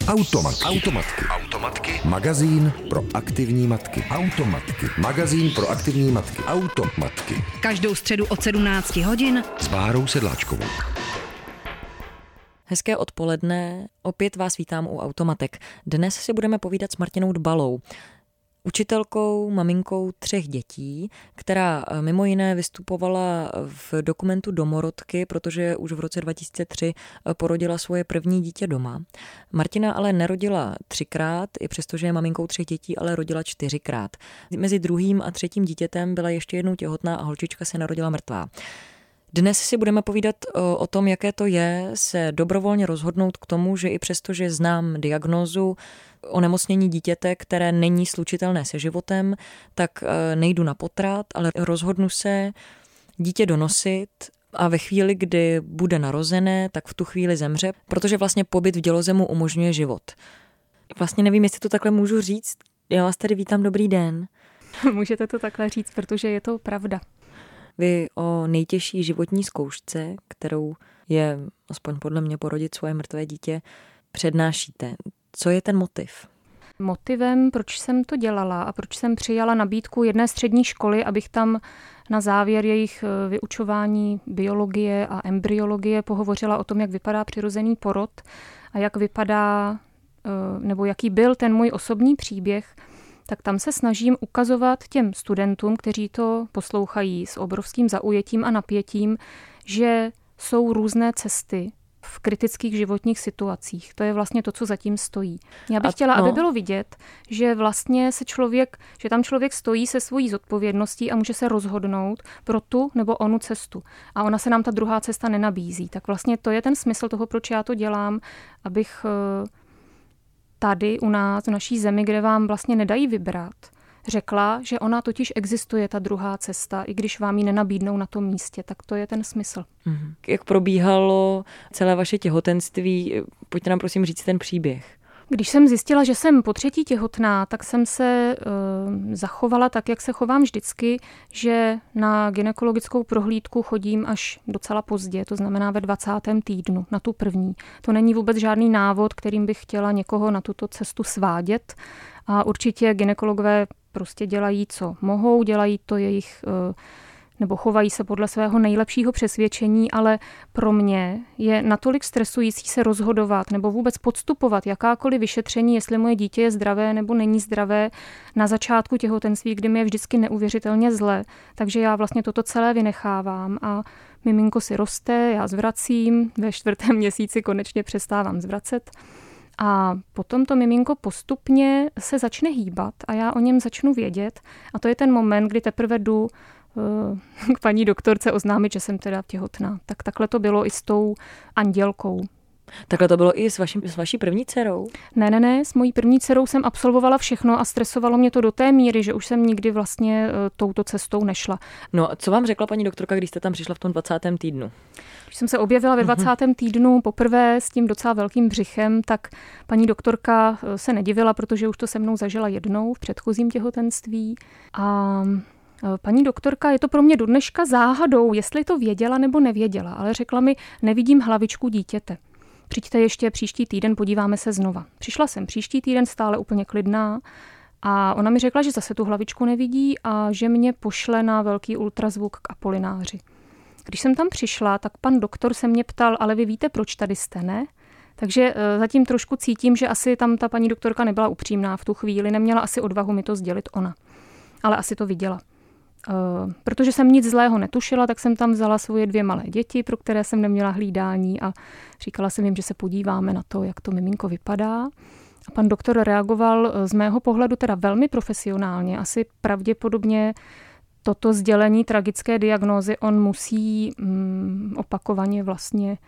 Automatky. Magazín pro aktivní matky. Magazín pro aktivní matky. Automatky. Každou středu od 17 hodin S Bárou Sedláčkovou. Hezké odpoledne, opět vás vítám u Automatek. Dnes si budeme povídat s Martinou Dbalou, učitelkou, maminkou 3 dětí, která mimo jiné vystupovala v dokumentu Domorodky, protože už v roce 2003 porodila svoje první dítě doma. Martina ale nerodila 3krát, i přestože je maminkou 3 dětí, ale rodila 4krát. Mezi druhým a třetím dítětem byla ještě jednou těhotná a holčička se narodila mrtvá. Dnes si budeme povídat o tom, jaké to je se dobrovolně rozhodnout k tomu, že i přesto, že znám diagnózu onemocnění dítěte, které není slučitelné se životem, tak nejdu na potrat, ale rozhodnu se dítě donosit a ve chvíli, kdy bude narozené, tak v tu chvíli zemře, protože vlastně pobyt v dělozemu umožňuje život. Vlastně nevím, jestli to takhle můžu říct. Já vás tady vítám, dobrý den. Můžete to takhle říct, protože je to pravda. Vy o nejtěžší životní zkoušce, kterou je, aspoň podle mě, porodit svoje mrtvé dítě, přednášíte. Co je ten motiv? Motivem, proč jsem to dělala a proč jsem přijala nabídku jedné střední školy, abych tam na závěr jejich vyučování biologie a embryologie pohovořila o tom, jak vypadá přirozený porod a jak vypadá, nebo jaký byl ten můj osobní příběh, tak tam se snažím ukazovat těm studentům, kteří to poslouchají s obrovským zaujetím a napětím, že jsou různé cesty v kritických životních situacích. To je vlastně to, co zatím stojí. Já bych chtěla, aby bylo vidět, že vlastně že tam člověk stojí se svojí zodpovědností a může se rozhodnout pro tu nebo onu cestu. A ona se nám ta druhá cesta nenabízí. Tak vlastně to je ten smysl toho, proč já to dělám, abych tady u nás, v naší zemi, kde vám vlastně nedají vybrat, řekla, že ona totiž existuje, ta druhá cesta, i když vám ji nenabídnou na tom místě, tak to je ten smysl. Jak probíhalo celé vaše těhotenství? Pojďte nám prosím říct ten příběh. Když jsem zjistila, že jsem po 3. těhotná, tak jsem se zachovala tak, jak se chovám vždycky, že na gynekologickou prohlídku chodím až docela pozdě, to znamená ve 20. týdnu, na tu první. To není vůbec žádný návod, kterým bych chtěla někoho na tuto cestu svádět. A určitě gynekologové prostě dělají, co mohou, dělají to jejich nebo chovají se podle svého nejlepšího přesvědčení, ale pro mě je natolik stresující se rozhodovat nebo vůbec podstupovat jakákoliv vyšetření, jestli moje dítě je zdravé nebo není zdravé na začátku těhotenství, kdy mi je vždycky neuvěřitelně zle. Takže já vlastně toto celé vynechávám a miminko si roste, já zvracím, ve 4. měsíci konečně přestávám zvracet. A potom to miminko postupně se začne hýbat a já o něm začnu vědět. A to je ten moment, kdy teprve jdu k paní doktorce oznámit, že jsem teda těhotná. Tak takhle to bylo i s tou Andělkou. Takhle to bylo i s vaší první dcerou? Ne, s mojí první dcerou jsem absolvovala všechno a stresovalo mě to do té míry, že už jsem nikdy vlastně touto cestou nešla. No a co vám řekla paní doktorka, když jste tam přišla v tom 20. týdnu? Když jsem se objevila ve 20. týdnu poprvé s tím docela velkým břichem, tak paní doktorka se nedivila, protože už to se mnou zažila jednou v předchozím těhotenství. A paní doktorka, je to pro mě do dneška záhadou, jestli to věděla nebo nevěděla, ale řekla mi, nevidím hlavičku dítěte. Přijďte ještě příští týden, podíváme se znova. Přišla jsem příští týden stále úplně klidná a ona mi řekla, že zase tu hlavičku nevidí a že mě pošle na velký ultrazvuk k Apolináři. Když jsem tam přišla, tak pan doktor se mě ptal, ale vy víte, proč tady jste, ne? Takže zatím trošku cítím, že asi tam ta paní doktorka nebyla upřímná v tu chvíli, neměla asi odvahu mi to sdělit ona, ale asi to viděla. Protože jsem nic zlého netušila, tak jsem tam vzala svoje 2 malé děti, pro které jsem neměla hlídání a říkala jsem jim, že se podíváme na to, jak to miminko vypadá. A pan doktor reagoval z mého pohledu teda velmi profesionálně. Asi pravděpodobně toto sdělení tragické diagnózy on musí opakovaně vlastně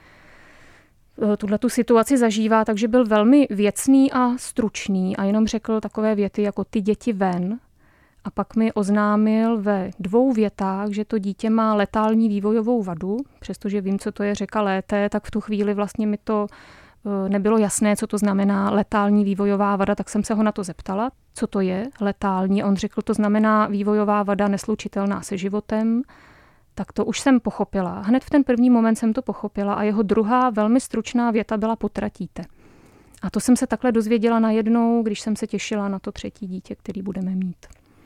tuhletu situaci zažívá, takže byl velmi věcný a stručný a jenom řekl takové věty jako ty děti ven. A pak mi oznámil ve 2 větách, že to dítě má letální vývojovou vadu, přestože vím, co to je řeka lété, tak v tu chvíli vlastně mi to nebylo jasné, co to znamená letální vývojová vada, tak jsem se ho na to zeptala, co to je letální. On řekl, to znamená vývojová vada neslučitelná se životem. Tak to už jsem pochopila. Hned v ten první moment jsem to pochopila a jeho druhá velmi stručná věta byla potratíte. A to jsem se takhle dozvěděla najednou, když jsem se těšila na to 3. dítě, který budeme mít.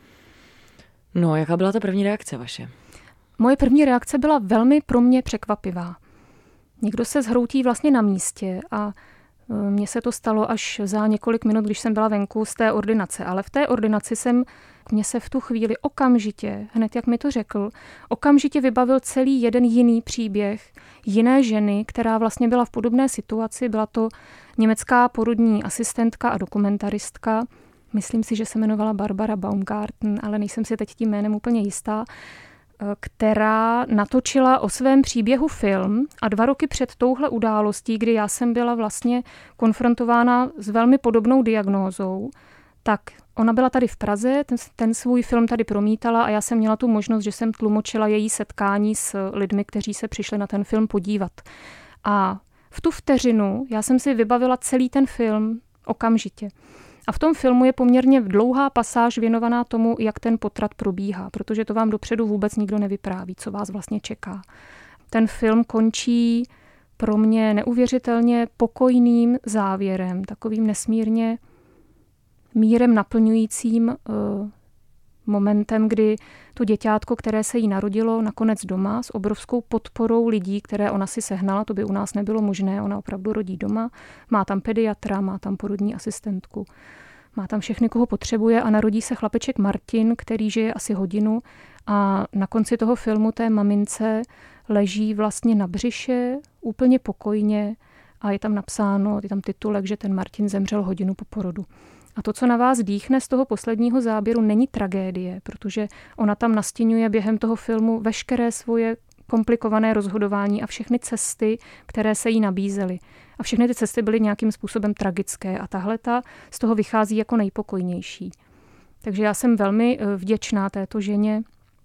No, jaká byla ta první reakce vaše? Moje první reakce byla velmi pro mě překvapivá. Někdo se zhroutí vlastně na místě a mně se to stalo až za několik minut, když jsem byla venku z té ordinace. Ale v té ordinaci mě se v tu chvíli okamžitě, hned jak mi to řekl, okamžitě vybavil celý jeden jiný příběh jiné ženy, která vlastně byla v podobné situaci. Byla to německá porodní asistentka a dokumentaristka. Myslím si, že se jmenovala Barbara Baumgarten, ale nejsem si teď tím jménem úplně jistá, která natočila o svém příběhu film a 2 roky před touhle událostí, kdy já jsem byla vlastně konfrontována s velmi podobnou diagnózou, tak ona byla tady v Praze, ten svůj film tady promítala a já jsem měla tu možnost, že jsem tlumočila její setkání s lidmi, kteří se přišli na ten film podívat. A v tu vteřinu já jsem si vybavila celý ten film okamžitě. A v tom filmu je poměrně dlouhá pasáž věnovaná tomu, jak ten potrat probíhá, protože to vám dopředu vůbec nikdo nevypráví, co vás vlastně čeká. Ten film končí pro mě neuvěřitelně pokojným závěrem, takovým nesmírně mírem naplňujícím momentem, kdy to děťátko, které se jí narodilo nakonec doma s obrovskou podporou lidí, které ona si sehnala, to by u nás nebylo možné, ona opravdu rodí doma, má tam pediatra, má tam porodní asistentku, má tam všechny, koho potřebuje a narodí se chlapeček Martin, který žije asi hodinu a na konci toho filmu té mamince leží vlastně na břiše úplně pokojně a je tam napsáno, je tam titulek, že ten Martin zemřel hodinu po porodu. A to, co na vás dýchne z toho posledního záběru, není tragédie, protože ona tam nastěňuje během toho filmu veškeré svoje komplikované rozhodování a všechny cesty, které se jí nabízely. A všechny ty cesty byly nějakým způsobem tragické a tahleta z toho vychází jako nejpokojnější. Takže já jsem velmi vděčná této ženě,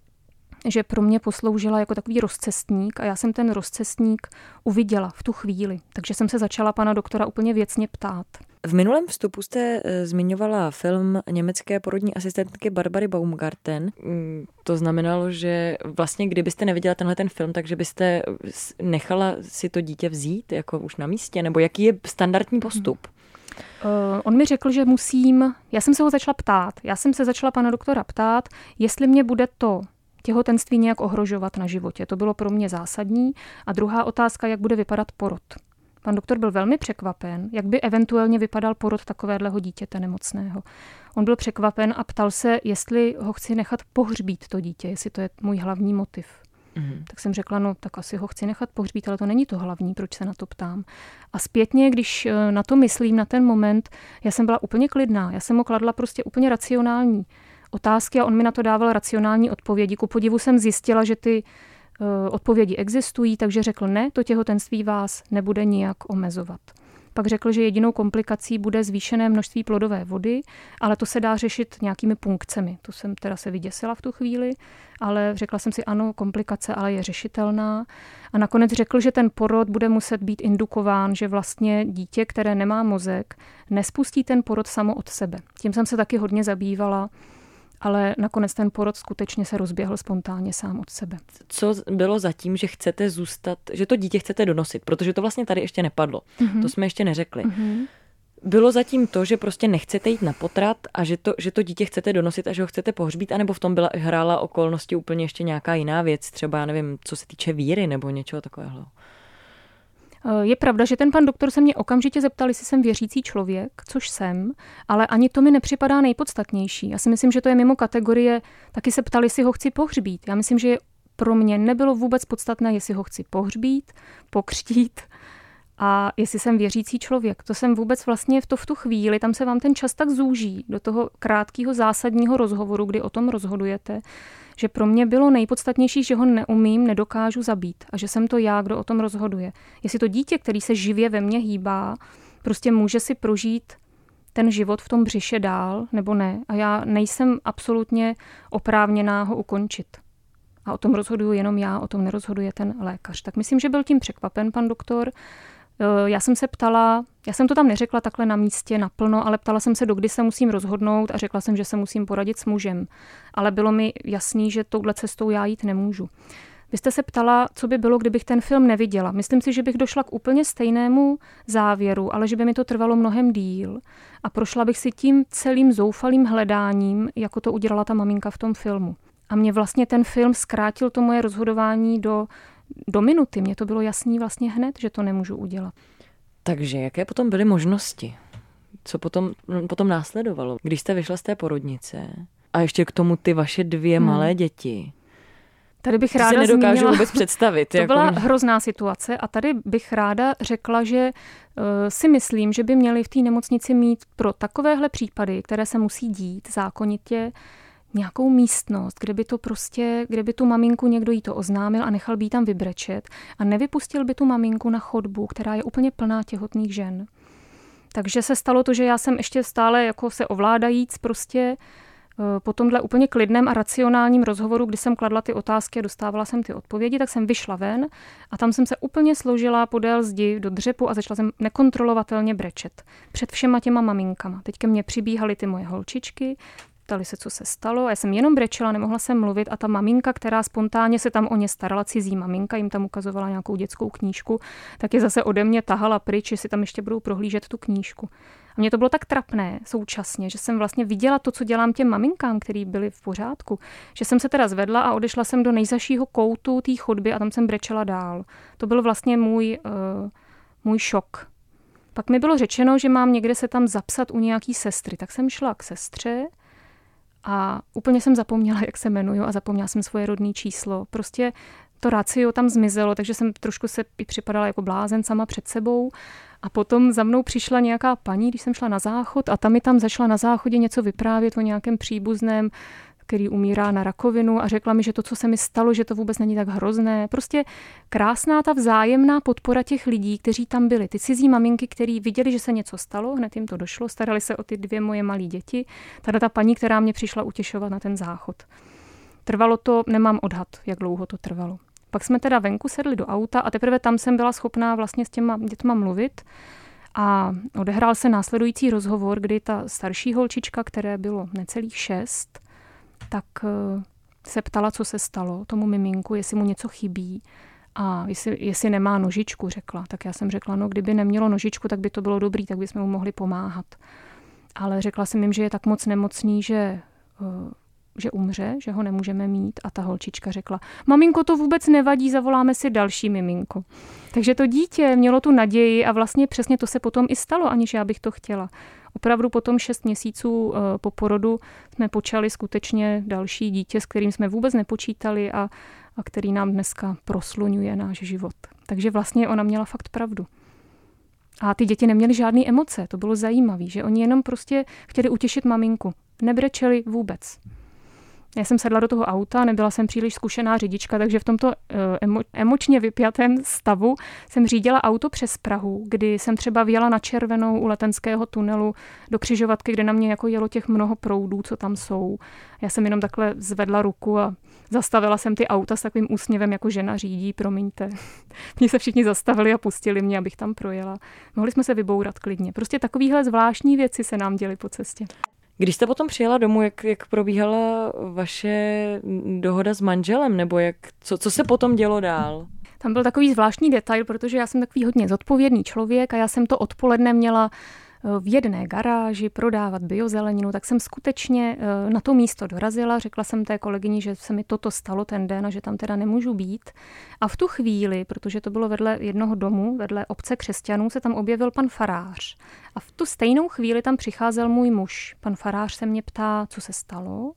že pro mě posloužila jako takový rozcestník a já jsem ten rozcestník uviděla v tu chvíli. Takže jsem se začala pana doktora úplně věcně ptát. V minulém vstupu jste zmiňovala film německé porodní asistentky Barbary Baumgarten. To znamenalo, že vlastně kdybyste neviděla tenhle ten film, takže byste nechala si to dítě vzít jako už na místě? Nebo jaký je standardní postup? On mi řekl, že musím... Já jsem se ho začala ptát. Já jsem se začala pana doktora ptát, jestli mě bude to těhotenství nějak ohrožovat na životě. To bylo pro mě zásadní. A druhá otázka, jak bude vypadat porod. Pan doktor byl velmi překvapen, jak by eventuálně vypadal porod takovéhleho dítěte nemocného. On byl překvapen a ptal se, jestli ho chci nechat pohřbít to dítě, jestli to je můj hlavní motiv. Tak jsem řekla, no tak asi ho chci nechat pohřbít, ale to není to hlavní, proč se na to ptám. A zpětně, když na to myslím, na ten moment, já jsem byla úplně klidná. Já jsem mu kladla prostě úplně racionální otázky a on mi na to dával racionální odpovědi. Ku podivu jsem zjistila, že ty odpovědi existují, takže řekl ne, to těhotenství vás nebude nijak omezovat. Pak řekl, že jedinou komplikací bude zvýšené množství plodové vody, ale to se dá řešit nějakými punkcemi. To jsem teda se vyděsila v tu chvíli, ale řekla jsem si ano, komplikace, ale je řešitelná. A nakonec řekl, že ten porod bude muset být indukován, že vlastně dítě, které nemá mozek, nespustí ten porod samo od sebe. Tím jsem se taky hodně zabývala, ale nakonec ten porod skutečně se rozběhl spontánně sám od sebe. Co bylo zatím, že chcete zůstat, že to dítě chcete donosit, protože to vlastně tady ještě nepadlo. To jsme ještě neřekli. Bylo zatím to, že prostě nechcete jít na potrat a že to dítě chcete donosit a že ho chcete pohřbít, anebo v tom hrála okolnosti úplně ještě nějaká jiná věc, třeba já nevím, co se týče víry nebo něčeho takového. Je pravda, že ten pan doktor se mě okamžitě zeptal, jestli jsem věřící člověk, což jsem, ale ani to mi nepřipadá nejpodstatnější. Já si myslím, že to je mimo kategorie, taky se ptali, jestli ho chci pohřbít. Já myslím, že pro mě nebylo vůbec podstatné, jestli ho chci pohřbít, pokřtít a jestli jsem věřící člověk. To jsem vůbec vlastně v tu chvíli, tam se vám ten čas tak zúží do toho krátkého zásadního rozhovoru, kdy o tom rozhodujete, že pro mě bylo nejpodstatnější, že ho neumím, nedokážu zabít a že jsem to já, kdo o tom rozhoduje. Jestli to dítě, který se živě ve mně hýbá, prostě může si prožít ten život v tom břiše dál, nebo ne. A já nejsem absolutně oprávněná ho ukončit. A o tom rozhoduju jenom já, o tom nerozhoduje ten lékař. Tak myslím, že byl tím překvapen pan doktor. Já jsem se ptala, já jsem to tam neřekla takhle na místě naplno, ale ptala jsem se, dokdy se musím rozhodnout a řekla jsem, že se musím poradit s mužem. Ale bylo mi jasný, že touhle cestou já jít nemůžu. Vy jste se ptala, co by bylo, kdybych ten film neviděla. Myslím si, že bych došla k úplně stejnému závěru, ale že by mi to trvalo mnohem díl a prošla bych si tím celým zoufalým hledáním, jako to udělala ta maminka v tom filmu. A mě vlastně ten film zkrátil to moje rozhodování do minuty. Mně to bylo jasný vlastně hned, že to nemůžu udělat. Takže jaké potom byly možnosti? Co potom následovalo? Když jste vyšla z té porodnice a ještě k tomu ty vaše 2 malé děti. Tady bych ráda si nedokážu zmínila, vůbec představit. To byla hrozná situace a tady bych ráda řekla, že si myslím, že by měli v té nemocnici mít pro takovéhle případy, které se musí dít zákonitě, nějakou místnost, kde by tu maminku někdo jí to oznámil a nechal by jí tam vybrečet a nevypustil by tu maminku na chodbu, která je úplně plná těhotných žen. Takže se stalo to, že já jsem ještě stále jako se ovládajíc prostě po tomhle úplně klidném a racionálním rozhovoru, kdy jsem kladla ty otázky a dostávala jsem ty odpovědi, tak jsem vyšla ven a tam jsem se úplně složila podél zdi do dřepu a začala jsem nekontrolovatelně brečet před všema těma maminkama. Teď ke mně přibíhaly ty moje holčičky, ptali se, co se stalo a já jsem jenom brečela, nemohla jsem mluvit a ta maminka, která spontánně se tam o ně starala, cizí maminka, jim tam ukazovala nějakou dětskou knížku, tak je zase ode mě tahala pryč, že si tam ještě budou prohlížet tu knížku. A mně to bylo tak trapné současně, že jsem vlastně viděla to, co dělám těm maminkám, který byli v pořádku, že jsem se teda zvedla a odešla jsem do nejzašího koutu té chodby a tam jsem brečela dál. To byl vlastně můj šok. Pak mi bylo řečeno, že mám někde se tam zapsat u nějaký sestry, tak jsem šla k sestře a úplně jsem zapomněla, jak se jmenuju a zapomněla jsem svoje rodné číslo. Prostě to ratio tam zmizelo, takže jsem trošku se připadala jako blázen sama před sebou. A potom za mnou přišla nějaká paní, když jsem šla na záchod a ta mi tam zašla na záchodě něco vyprávět o nějakém příbuzném, který umírá na rakovinu a řekla mi, že to, co se mi stalo, že to vůbec není tak hrozné. Prostě krásná ta vzájemná podpora těch lidí, kteří tam byli. Ty cizí maminky, kteří viděli, že se něco stalo, hned jim to došlo, starali se o ty 2 moje malé děti. Tady ta paní, která mě přišla utěšovat na ten záchod. Trvalo to, nemám odhad, jak dlouho to trvalo. Pak jsme teda venku sedli do auta a teprve tam jsem byla schopná vlastně s těma dětma mluvit a odehrál se následující rozhovor, kdy ta starší holčička, které bylo necelých 6, tak se ptala, co se stalo tomu miminku, jestli mu něco chybí a jestli nemá nožičku, řekla. Tak já jsem řekla, no kdyby nemělo nožičku, tak by to bylo dobrý, tak bychom mu mohli pomáhat. Ale řekla jsem jim, že je tak moc nemocný, že umře, že ho nemůžeme mít a ta holčička řekla, maminko, to vůbec nevadí, zavoláme si další miminko. Takže to dítě mělo tu naději a vlastně přesně to se potom i stalo, aniž já bych to chtěla. Opravdu potom 6 měsíců po porodu jsme počali skutečně další dítě, s kterým jsme vůbec nepočítali a který nám dneska prosluňuje náš život. Takže vlastně ona měla fakt pravdu. A ty děti neměly žádné emoce, to bylo zajímavé, že oni jenom prostě chtěli utěšit maminku. Nebrečeli vůbec. Já jsem sedla do toho auta, nebyla jsem příliš zkušená řidička, takže v tomto emočně vypjatém stavu jsem řídila auto přes Prahu, kdy jsem třeba vjela na červenou u Letenského tunelu do křižovatky, kde na mě jako jelo těch mnoho proudů, co tam jsou. Já jsem jenom takhle zvedla ruku a zastavila jsem ty auta s takovým úsměvem, jako žena řídí, promiňte. Mně se všichni zastavili a pustili mě, abych tam projela. Mohli jsme se vybourat klidně. Prostě takovýhle zvláštní věci se nám děly po cestě. Když jste potom přijela domů, jak probíhala vaše dohoda s manželem, nebo co se potom dělo dál? Tam byl takový zvláštní detail, protože já jsem takový hodně zodpovědný člověk a já jsem to odpoledne měla v jedné garáži prodávat biozeleninu, tak jsem skutečně na to místo dorazila. Řekla jsem té kolegyni, že se mi toto stalo ten den a že tam teda nemůžu být. A v tu chvíli, protože to bylo vedle jednoho domu, vedle obce křesťanů, se tam objevil pan farář. A v tu stejnou chvíli tam přicházel můj muž. Pan farář se mě ptá, co se stalo.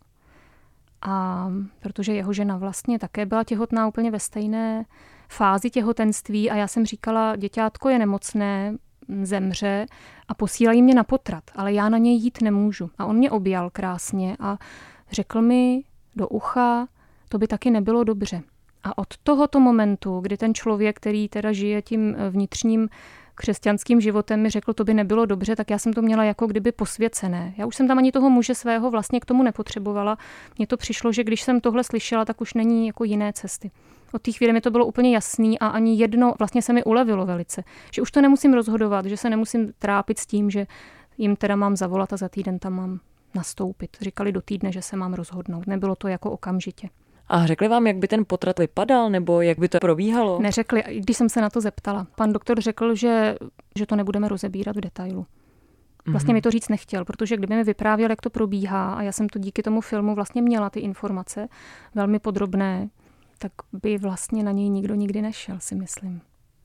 A protože jeho žena vlastně také byla těhotná úplně ve stejné fázi těhotenství a já jsem říkala, děťátko je nemocné, zemře a posílají mě na potrat, ale já na něj jít nemůžu. A on mě objal krásně a řekl mi do ucha, to by taky nebylo dobře. A od tohoto momentu, kdy ten člověk, který teda žije tím vnitřním křesťanským životem, mi řekl, to by nebylo dobře, tak já jsem to měla jako kdyby posvěcené. Já už jsem tam ani toho muže svého vlastně k tomu nepotřebovala. Mně to přišlo, že když jsem tohle slyšela, tak už není jako jiné cesty. Od té chvíli mi to bylo úplně jasný a ani jedno vlastně se mi ulevilo velice. Že už to nemusím rozhodovat, že se nemusím trápit s tím, že jim teda mám zavolat a za týden tam mám nastoupit. Říkali do týdne, že se mám rozhodnout. Nebylo to jako okamžitě. A řekli vám, jak by ten potrat vypadal, nebo jak by to probíhalo? Neřekli, když jsem se na to zeptala. Pan doktor řekl, že to nebudeme rozebírat v detailu. Vlastně mi to říct nechtěl, protože kdyby mi vyprávěl, jak to probíhá, a já jsem to díky tomu filmu vlastně měla ty informace velmi podrobné, tak by vlastně na něj nikdo nikdy nešel, si myslím.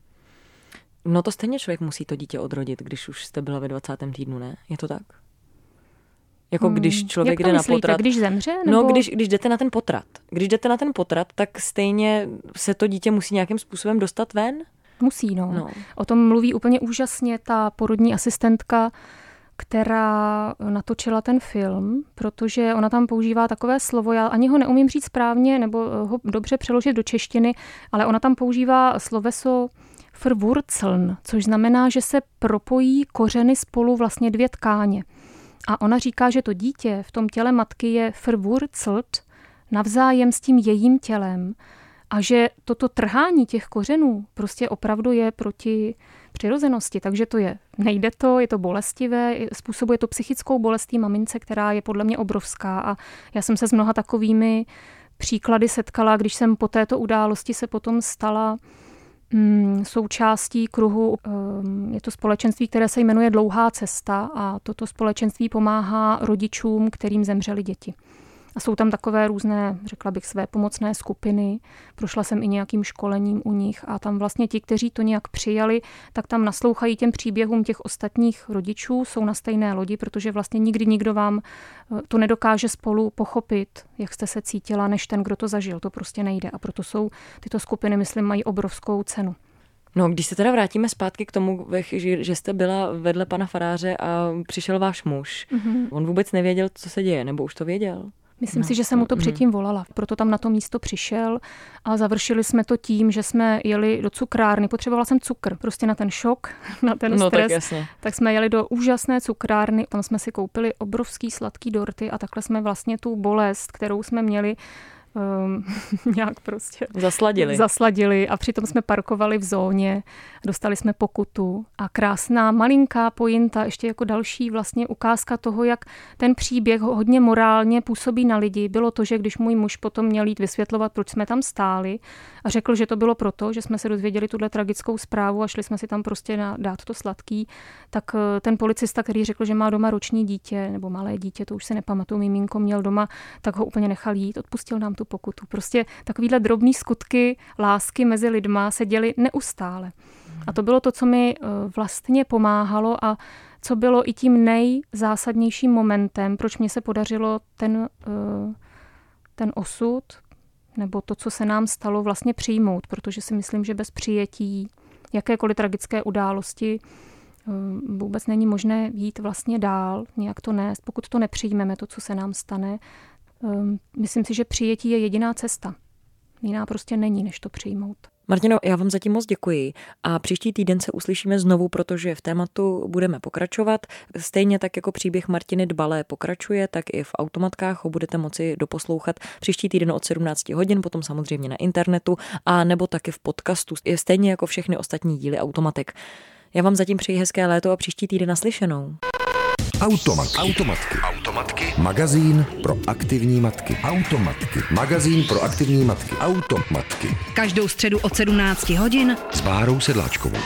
No to stejně člověk musí to dítě odrodit, když už jste byla ve 20. týdnu, ne? Je to tak? Jako když člověk jde na potrat. Když zemře? Nebo... No, když jdete na ten potrat. Když jdete na ten potrat, tak stejně se to dítě musí nějakým způsobem dostat ven? Musí, no. O tom mluví úplně úžasně ta porodní asistentka, která natočila ten film, protože ona tam používá takové slovo, já ani ho neumím říct správně nebo ho dobře přeložit do češtiny, ale ona tam používá sloveso verwurzeln, což znamená, že se propojí kořeny spolu vlastně dvě tkáně. A ona říká, že to dítě v tom těle matky je verwurzelt navzájem s tím jejím tělem a že toto trhání těch kořenů prostě opravdu je proti přirozenosti, takže nejde to, je to bolestivé, způsobuje to psychickou bolest té mamince, která je podle mě obrovská a já jsem se s mnoha takovými příklady setkala, když jsem po této události se potom stala součástí kruhu, je to společenství, které se jmenuje Dlouhá cesta a toto společenství pomáhá rodičům, kterým zemřely děti. A jsou tam takové různé, řekla bych, své pomocné skupiny. Prošla jsem i nějakým školením u nich a tam vlastně ti, kteří to nějak přijali, tak tam naslouchají těm příběhům těch ostatních rodičů, jsou na stejné lodi, protože vlastně nikdy nikdo vám to nedokáže spolu pochopit, jak jste se cítila, než ten, kdo to zažil. To prostě nejde a proto jsou tyto skupiny, myslím, mají obrovskou cenu. No, když se teda vrátíme zpátky k tomu, že jste byla vedle pana faráře a přišel váš muž, on vůbec nevěděl, co se děje, nebo už to věděl? Myslím si, že jsem mu to předtím volala, proto tam na to místo přišel a završili jsme to tím, že jsme jeli do cukrárny. Potřebovala jsem cukr, prostě na ten šok, na ten stres. Tak jsme jeli do úžasné cukrárny, tam jsme si koupili obrovský sladký dorty a takhle jsme vlastně tu bolest, kterou jsme měli, nějak prostě zasladili a přitom jsme parkovali v zóně, dostali jsme pokutu a krásná malinká pointa, ještě jako další vlastně ukázka toho, jak ten příběh hodně morálně působí na lidi, bylo to, že když můj muž potom měl jít vysvětlovat, proč jsme tam stáli a řekl, že to bylo proto, že jsme se dozvěděli tuhle tragickou zprávu a šli jsme si tam prostě dát to sladký, tak ten policista, který řekl, že má doma roční dítě nebo malé dítě, to už se nepamatuju, miminko měl doma, tak ho úplně nechal jít, odpustil nám tu pokutu. Prostě takovýhle drobný skutky lásky mezi lidma se děly neustále. A to bylo to, co mi vlastně pomáhalo a co bylo i tím nejzásadnějším momentem, proč mě se podařilo ten osud nebo to, co se nám stalo, vlastně přijmout, protože si myslím, že bez přijetí jakékoliv tragické události vůbec není možné jít vlastně dál, nějak to nést, pokud to nepřijmeme, to, co se nám stane. Myslím si, že přijetí je jediná cesta. Jiná prostě není, než to přijmout. Martino, já vám zatím moc děkuji a příští týden se uslyšíme znovu, protože v tématu budeme pokračovat. Stejně tak jako příběh Martiny Dbalé pokračuje, tak i v Automatkách ho budete moci doposlouchat příští týden od 17 hodin, potom samozřejmě na internetu a nebo taky v podcastu, stejně jako všechny ostatní díly Automatek. Já vám zatím přeji hezké léto a příští týden naslyšenou. Automatky. Magazín pro aktivní matky. Magazín pro aktivní matky. Automatky. Každou středu od 17 hodin S Bárou Sedláčkovou.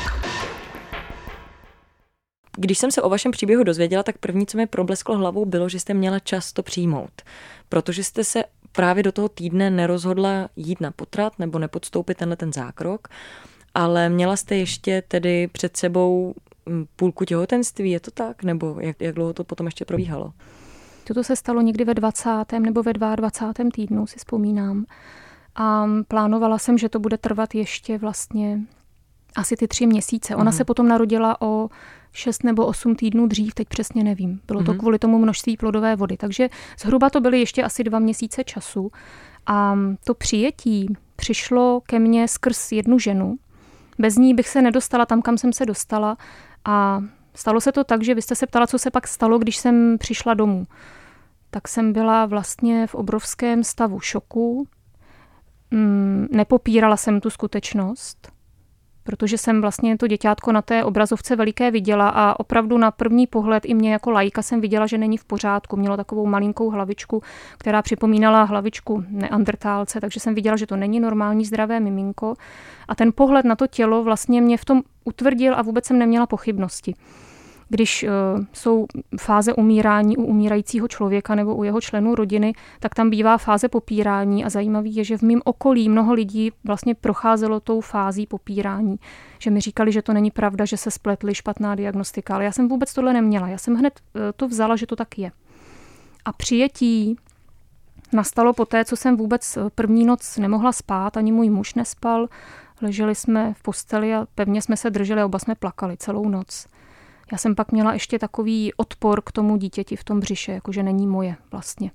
Když jsem se o vašem příběhu dozvěděla, tak první, co mi problesklo hlavou, bylo, že jste měla čas to přijmout. Protože jste se právě do toho týdne nerozhodla jít na potrat nebo nepodstoupit ten zákrok, ale měla jste ještě tedy před sebou půlku těhotenství, je to tak? Nebo jak dlouho to potom ještě probíhalo? Toto se stalo někdy ve 20. nebo ve 22. týdnu, si vzpomínám. A plánovala jsem, že to bude trvat ještě vlastně asi ty 3 měsíce. Ona se potom narodila o 6 nebo 8 týdnů dřív, teď přesně nevím. Bylo to kvůli tomu množství plodové vody. Takže zhruba to byly ještě asi 2 měsíce času. A to přijetí přišlo ke mně skrz jednu ženu. Bez ní bych se nedostala tam, kam jsem se dostala. A stalo se to tak, že vy jste se ptala, co se pak stalo, když jsem přišla domů. Tak jsem byla vlastně v obrovském stavu šoku. Nepopírala jsem tu skutečnost, protože jsem vlastně to děťátko na té obrazovce veliké viděla a opravdu na první pohled i mě jako laika jsem viděla, že není v pořádku. Mělo takovou malinkou hlavičku, která připomínala hlavičku neandertálce, takže jsem viděla, že to není normální zdravé miminko. A ten pohled na to tělo vlastně mě v tom utvrdil a vůbec jsem neměla pochybnosti. Když jsou fáze umírání u umírajícího člověka nebo u jeho členů rodiny, tak tam bývá fáze popírání a zajímavý je, že v mém okolí mnoho lidí vlastně procházelo tou fází popírání. Že mi říkali, že to není pravda, že se spletly, špatná diagnostika, ale já jsem vůbec tohle neměla. Já jsem hned to vzala, že to tak je. A přijetí nastalo poté, co jsem vůbec první noc nemohla spát, ani můj muž nespal. Leželi jsme v posteli a pevně jsme se drželi a oba jsme plakali celou noc. Já jsem pak měla ještě takový odpor k tomu dítěti v tom břiše, jakože není moje vlastně.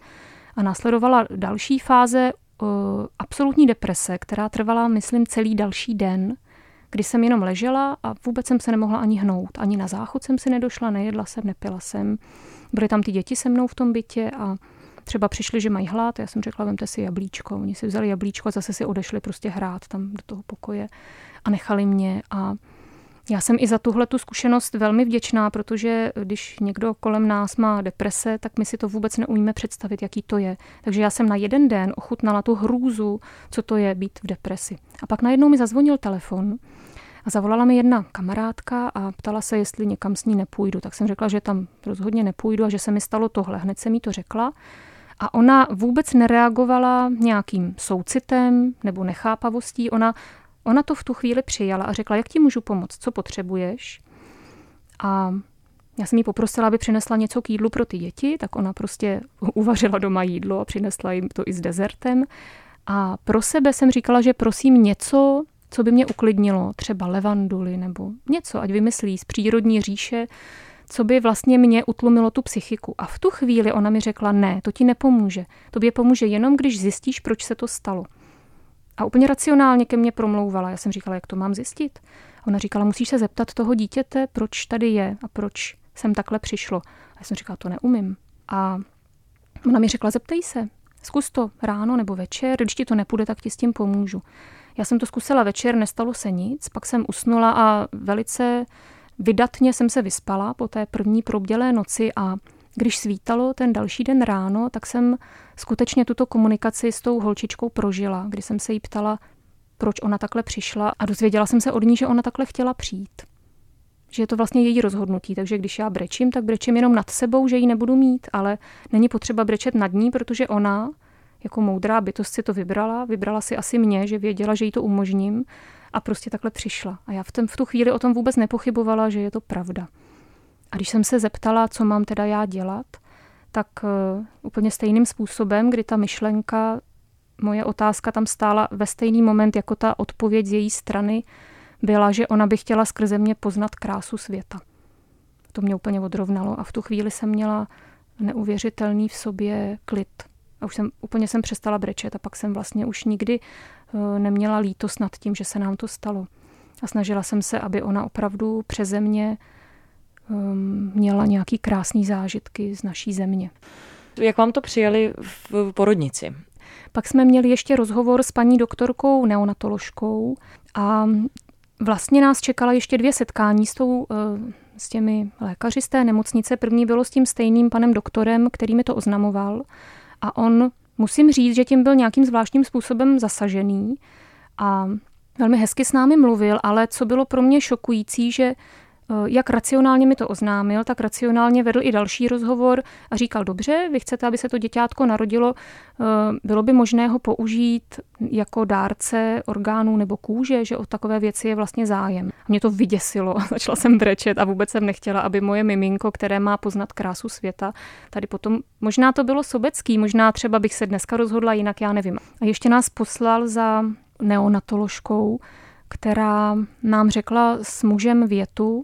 A následovala další fáze absolutní deprese, která trvala, myslím, celý další den, kdy jsem jenom ležela a vůbec jsem se nemohla ani hnout. Ani na záchod jsem si nedošla, nejedla jsem, nepila jsem. Byly tam ty děti se mnou v tom bytě a třeba přišli, že mají hlad. Já jsem řekla, vemte si jablíčko. Oni si vzali jablíčko a zase si odešli prostě hrát tam do toho pokoje a nechali mě. A já jsem i za tuhletu zkušenost velmi vděčná, protože když někdo kolem nás má deprese, tak my si to vůbec neumíme představit, jaký to je. Takže já jsem na jeden den ochutnala tu hrůzu, co to je být v depresi. A pak najednou mi zazvonil telefon a zavolala mi jedna kamarádka a ptala se, jestli někam s ní nepůjdu. Tak jsem řekla, že tam rozhodně nepůjdu a že se mi stalo tohle. Hned jsem jí to řekla. A ona vůbec nereagovala nějakým soucitem nebo nechápavostí. Ona to v tu chvíli přijala a řekla, jak ti můžu pomoct, co potřebuješ. A já jsem jí poprosila, aby přinesla něco k jídlu pro ty děti, tak ona prostě uvařila doma jídlo a přinesla jim to i s dezertem. A pro sebe jsem říkala, že prosím něco, co by mě uklidnilo, třeba levanduly nebo něco, ať vymyslí z přírodní říše, co by vlastně mě utlumilo tu psychiku. A v tu chvíli ona mi řekla, ne, to ti nepomůže. Tobě pomůže jenom, když zjistíš, proč se to stalo. A úplně racionálně ke mně promlouvala. Já jsem říkala, jak to mám zjistit. A ona říkala, musíš se zeptat toho dítěte, proč tady je a proč sem takhle přišlo. A já jsem říkala, to neumím. A ona mi řekla, zeptej se, zkus to ráno nebo večer, když ti to nepůjde, tak ti s tím pomůžu. Já jsem to zkusila večer, nestalo se nic, pak jsem usnula a velice vydatně jsem se vyspala po té první probdělé noci a když svítalo ten další den ráno, tak jsem skutečně tuto komunikaci s tou holčičkou prožila, kdy jsem se jí ptala, proč ona takhle přišla a dozvěděla jsem se od ní, že ona takhle chtěla přijít. Že je to vlastně její rozhodnutí, takže když já brečím, tak brečím jenom nad sebou, že ji nebudu mít, ale není potřeba brečet nad ní, protože ona jako moudrá bytost si to vybrala si asi mě, že věděla, že jí to umožním a prostě takhle přišla. A já v tu chvíli o tom vůbec nepochybovala, že je to pravda. A když jsem se zeptala, co mám teda já dělat, tak úplně stejným způsobem, kdy ta myšlenka, moje otázka tam stála ve stejný moment, jako ta odpověď z její strany byla, že ona by chtěla skrze mě poznat krásu světa. To mě úplně odrovnalo a v tu chvíli jsem měla neuvěřitelný v sobě klid. A už jsem přestala brečet a pak jsem vlastně už nikdy neměla lítost nad tím, že se nám to stalo. A snažila jsem se, aby ona opravdu přeze mě měla nějaký krásný zážitky z naší země. Jak vám to přijali v porodnici? Pak jsme měli ještě rozhovor s paní doktorkou neonatoložkou a vlastně nás čekala ještě 2 setkání s těmi lékaři z té nemocnice. První bylo s tím stejným panem doktorem, který mi to oznamoval a on, musím říct, že tím byl nějakým zvláštním způsobem zasažený a velmi hezky s námi mluvil, ale co bylo pro mě šokující, že jak racionálně mi to oznámil, tak racionálně vedl i další rozhovor a říkal, dobře, vy chcete, aby se to děťátko narodilo, bylo by možné ho použít jako dárce orgánů nebo kůže, že o takové věci je vlastně zájem. A mě to vyděsilo a začala jsem brečet a vůbec jsem nechtěla, aby moje miminko, které má poznat krásu světa, tady potom, možná to bylo sobecký, možná třeba bych se dneska rozhodla jinak, já nevím. A ještě nás poslal za neonatoložkou, která nám řekla s mužem větu,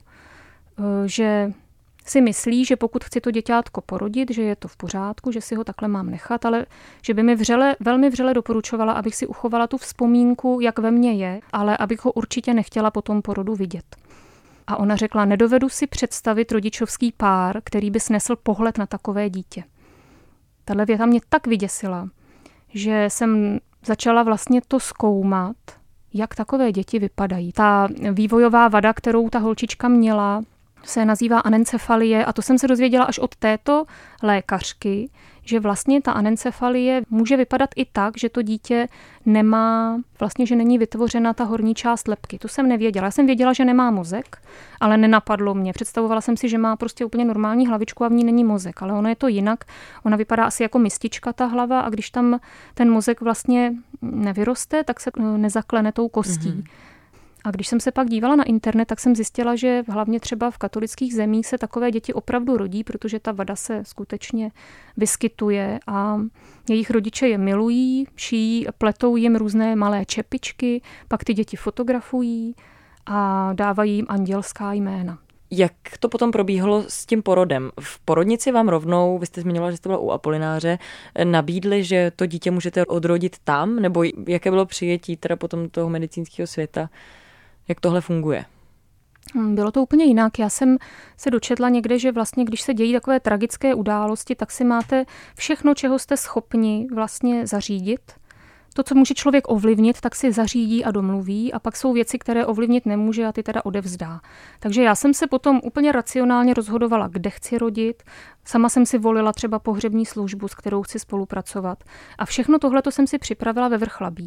že si myslí, že pokud chci to děťátko porodit, že je to v pořádku, že si ho takhle mám nechat, ale že by mi velmi vřele doporučovala, abych si uchovala tu vzpomínku, jak ve mně je, ale abych ho určitě nechtěla po tom porodu vidět. A ona řekla, nedovedu si představit rodičovský pár, který by snesl pohled na takové dítě. Tahle věta mě tak vyděsila, že jsem začala vlastně to zkoumat, jak takové děti vypadají. Ta vývojová vada, kterou ta holčička měla, se nazývá anencefalie a to jsem se dozvěděla až od této lékařky, že vlastně ta anencefalie může vypadat i tak, že to dítě nemá, vlastně, že není vytvořena ta horní část lebky. To jsem nevěděla. Já jsem věděla, že nemá mozek, ale nenapadlo mě. Představovala jsem si, že má prostě úplně normální hlavičku a v ní není mozek, ale ono je to jinak. Ona vypadá asi jako mistička ta hlava a když tam ten mozek vlastně nevyroste, tak se nezaklene tou kostí. Mm-hmm. A když jsem se pak dívala na internet, tak jsem zjistila, že hlavně třeba v katolických zemích se takové děti opravdu rodí, protože ta vada se skutečně vyskytuje a jejich rodiče je milují, šijí, pletou jim různé malé čepičky, pak ty děti fotografují a dávají jim andělská jména. Jak to potom probíhalo s tím porodem? V porodnici vám rovnou, vy jste zmiňovala, že jste byla u Apolináře, nabídli, že to dítě můžete odrodit tam? Nebo jaké bylo přijetí teda potom toho medicínského světa? Jak tohle funguje? Bylo to úplně jinak. Já jsem se dočetla někde, že vlastně, když se dějí takové tragické události, tak si máte všechno, čeho jste schopni vlastně zařídit. To, co může člověk ovlivnit, tak si zařídí a domluví a pak jsou věci, které ovlivnit nemůže a ty teda odevzdá. Takže já jsem se potom úplně racionálně rozhodovala, kde chci rodit. Sama jsem si volila třeba pohřební službu, s kterou chci spolupracovat. A všechno tohleto jsem si připravila ve Vrchlabí.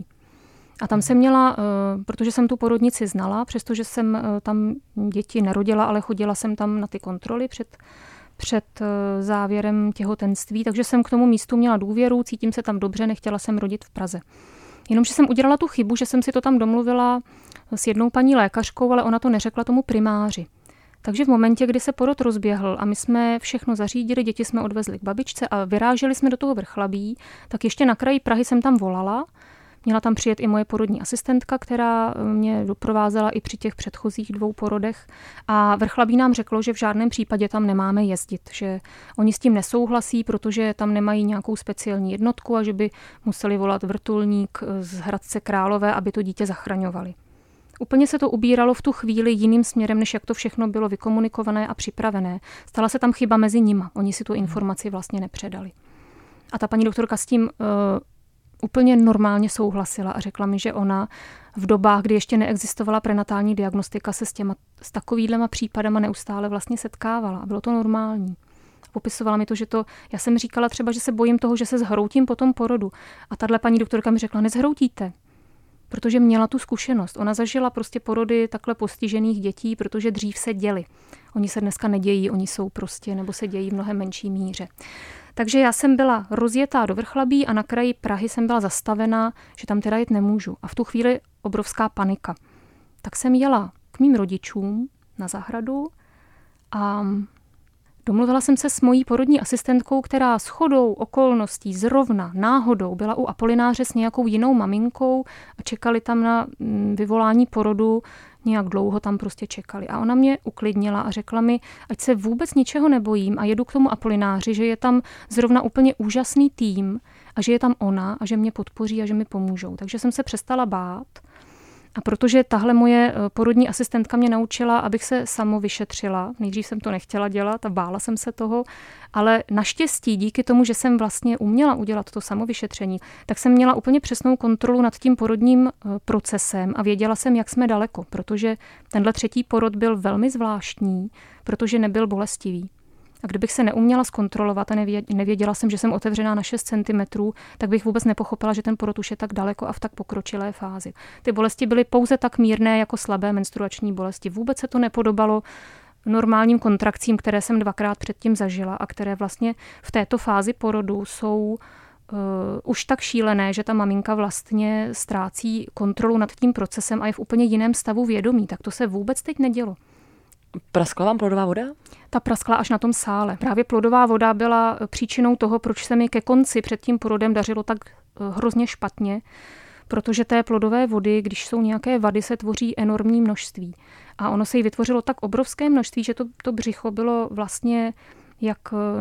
A tam jsem měla, protože jsem tu porodnici znala, přestože jsem tam děti nerodila, ale chodila jsem tam na ty kontroly před závěrem těhotenství, takže jsem k tomu místu měla důvěru, cítím se tam dobře, nechtěla jsem rodit v Praze. Jenomže jsem udělala tu chybu, že jsem si to tam domluvila s jednou paní lékařkou, ale ona to neřekla tomu primáři. Takže v momentě, kdy se porod rozběhl a my jsme všechno zařídili, děti jsme odvezli k babičce a vyráželi jsme do toho Vrchlabí, tak ještě na kraji Prahy jsem tam volala. Měla tam přijet i moje porodní asistentka, která mě doprovázela i při těch předchozích 2 porodech. A Vrchlabí nám řeklo, že v žádném případě tam nemáme jezdit, že oni s tím nesouhlasí, protože tam nemají nějakou speciální jednotku a že by museli volat vrtulník z Hradce Králové, aby to dítě zachraňovali. Úplně se to ubíralo v tu chvíli jiným směrem, než jak to všechno bylo vykomunikované a připravené. Stala se tam chyba mezi nima. Oni si tu informaci vlastně nepředali. A ta paní doktorka s tím úplně normálně souhlasila a řekla mi, že ona v dobách, kdy ještě neexistovala prenatální diagnostika, se s takovýhlema případama neustále vlastně setkávala a bylo to normální. Popisovala mi to, že já jsem říkala třeba, že se bojím toho, že se zhroutím po tom porodu. A tahle paní doktorka mi řekla, nezhroutíte, protože měla tu zkušenost. Ona zažila prostě porody takhle postižených dětí, protože dřív se děly. Oni se dneska nedějí, oni jsou prostě, nebo se dějí v mnohem menší míře. Takže já jsem byla rozjetá do Vrchlabí a na kraji Prahy jsem byla zastavena, že tam teda jet nemůžu. A v tu chvíli obrovská panika. Tak jsem jela k mým rodičům na zahradu a domluvila jsem se s mojí porodní asistentkou, která shodou okolností zrovna náhodou byla u Apolináře s nějakou jinou maminkou a čekali tam na vyvolání porodu, nějak dlouho tam prostě čekali. A ona mě uklidnila a řekla mi, ať se vůbec ničeho nebojím a jedu k tomu Apolináři, že je tam zrovna úplně úžasný tým a že je tam ona a že mě podpoří a že mi pomůžou. Takže jsem se přestala bát. A protože tahle moje porodní asistentka mě naučila, abych se samovyšetřila, nejdřív jsem to nechtěla dělat a bála jsem se toho, ale naštěstí díky tomu, že jsem vlastně uměla udělat to samovyšetření, tak jsem měla úplně přesnou kontrolu nad tím porodním procesem a věděla jsem, jak jsme daleko, protože tenhle 3. porod byl velmi zvláštní, protože nebyl bolestivý. A kdybych se neuměla zkontrolovat a nevěděla jsem, že jsem otevřená na 6 cm, tak bych vůbec nepochopila, že ten porod už je tak daleko a v tak pokročilé fázi. Ty bolesti byly pouze tak mírné jako slabé menstruační bolesti. Vůbec se to nepodobalo normálním kontrakcím, které jsem 2krát předtím zažila a které vlastně v této fázi porodu jsou už tak šílené, že ta maminka vlastně ztrácí kontrolu nad tím procesem a je v úplně jiném stavu vědomí. Tak to se vůbec teď nedělo. Praskla vám plodová voda? Ta praskla až na tom sále. Právě plodová voda byla příčinou toho, proč se mi ke konci před tím porodem dařilo tak hrozně špatně, protože té plodové vody, když jsou nějaké vady, se tvoří enormní množství. A ono se jí vytvořilo tak obrovské množství, že to břicho bylo vlastně jak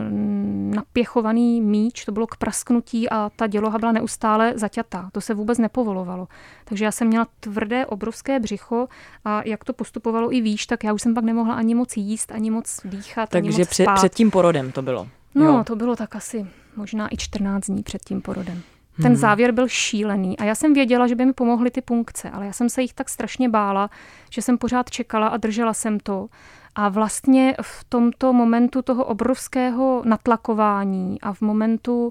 napěchovaný míč, to bylo k prasknutí a ta děloha byla neustále zaťatá. To se vůbec nepovolovalo. Takže já jsem měla tvrdé, obrovské břicho a jak to postupovalo i výš, tak já už jsem pak nemohla ani moc jíst, ani moc dýchat, ani moc spát. Takže před tím porodem to bylo? No, to bylo tak asi možná i 14 dní před tím porodem. Ten závěr byl šílený a já jsem věděla, že by mi pomohly ty punkce, ale já jsem se jich tak strašně bála, že jsem pořád čekala a držela jsem to. A vlastně v tomto momentu toho obrovského natlakování a v momentu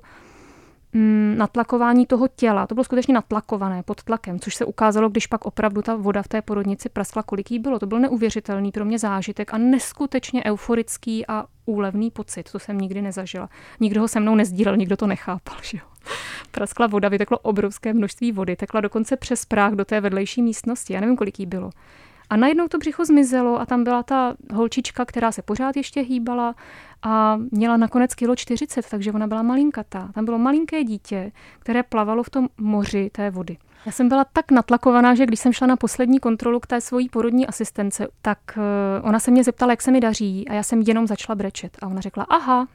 natlakování toho těla, to bylo skutečně natlakované pod tlakem, což se ukázalo, když pak opravdu ta voda v té porodnici praskla, kolik jí bylo. To byl neuvěřitelný pro mě zážitek a neskutečně euforický a úlevný pocit. To jsem nikdy nezažila. Nikdo ho se mnou nezdílel, nikdo to nechápal. Že jo? Praskla voda, vyteklo obrovské množství vody, tekla dokonce přes práh do té vedlejší místnosti. Já nevím, kolik jí bylo. A najednou to břicho zmizelo a tam byla ta holčička, která se pořád ještě hýbala a měla nakonec 1,40 kg, takže ona byla malinkatá. Tam bylo malinké dítě, které plavalo v tom moři té vody. Já jsem byla tak natlakovaná, že když jsem šla na poslední kontrolu k té svojí porodní asistence, tak ona se mě zeptala, jak se mi daří a já jsem jenom začala brečet. A ona řekla, aha,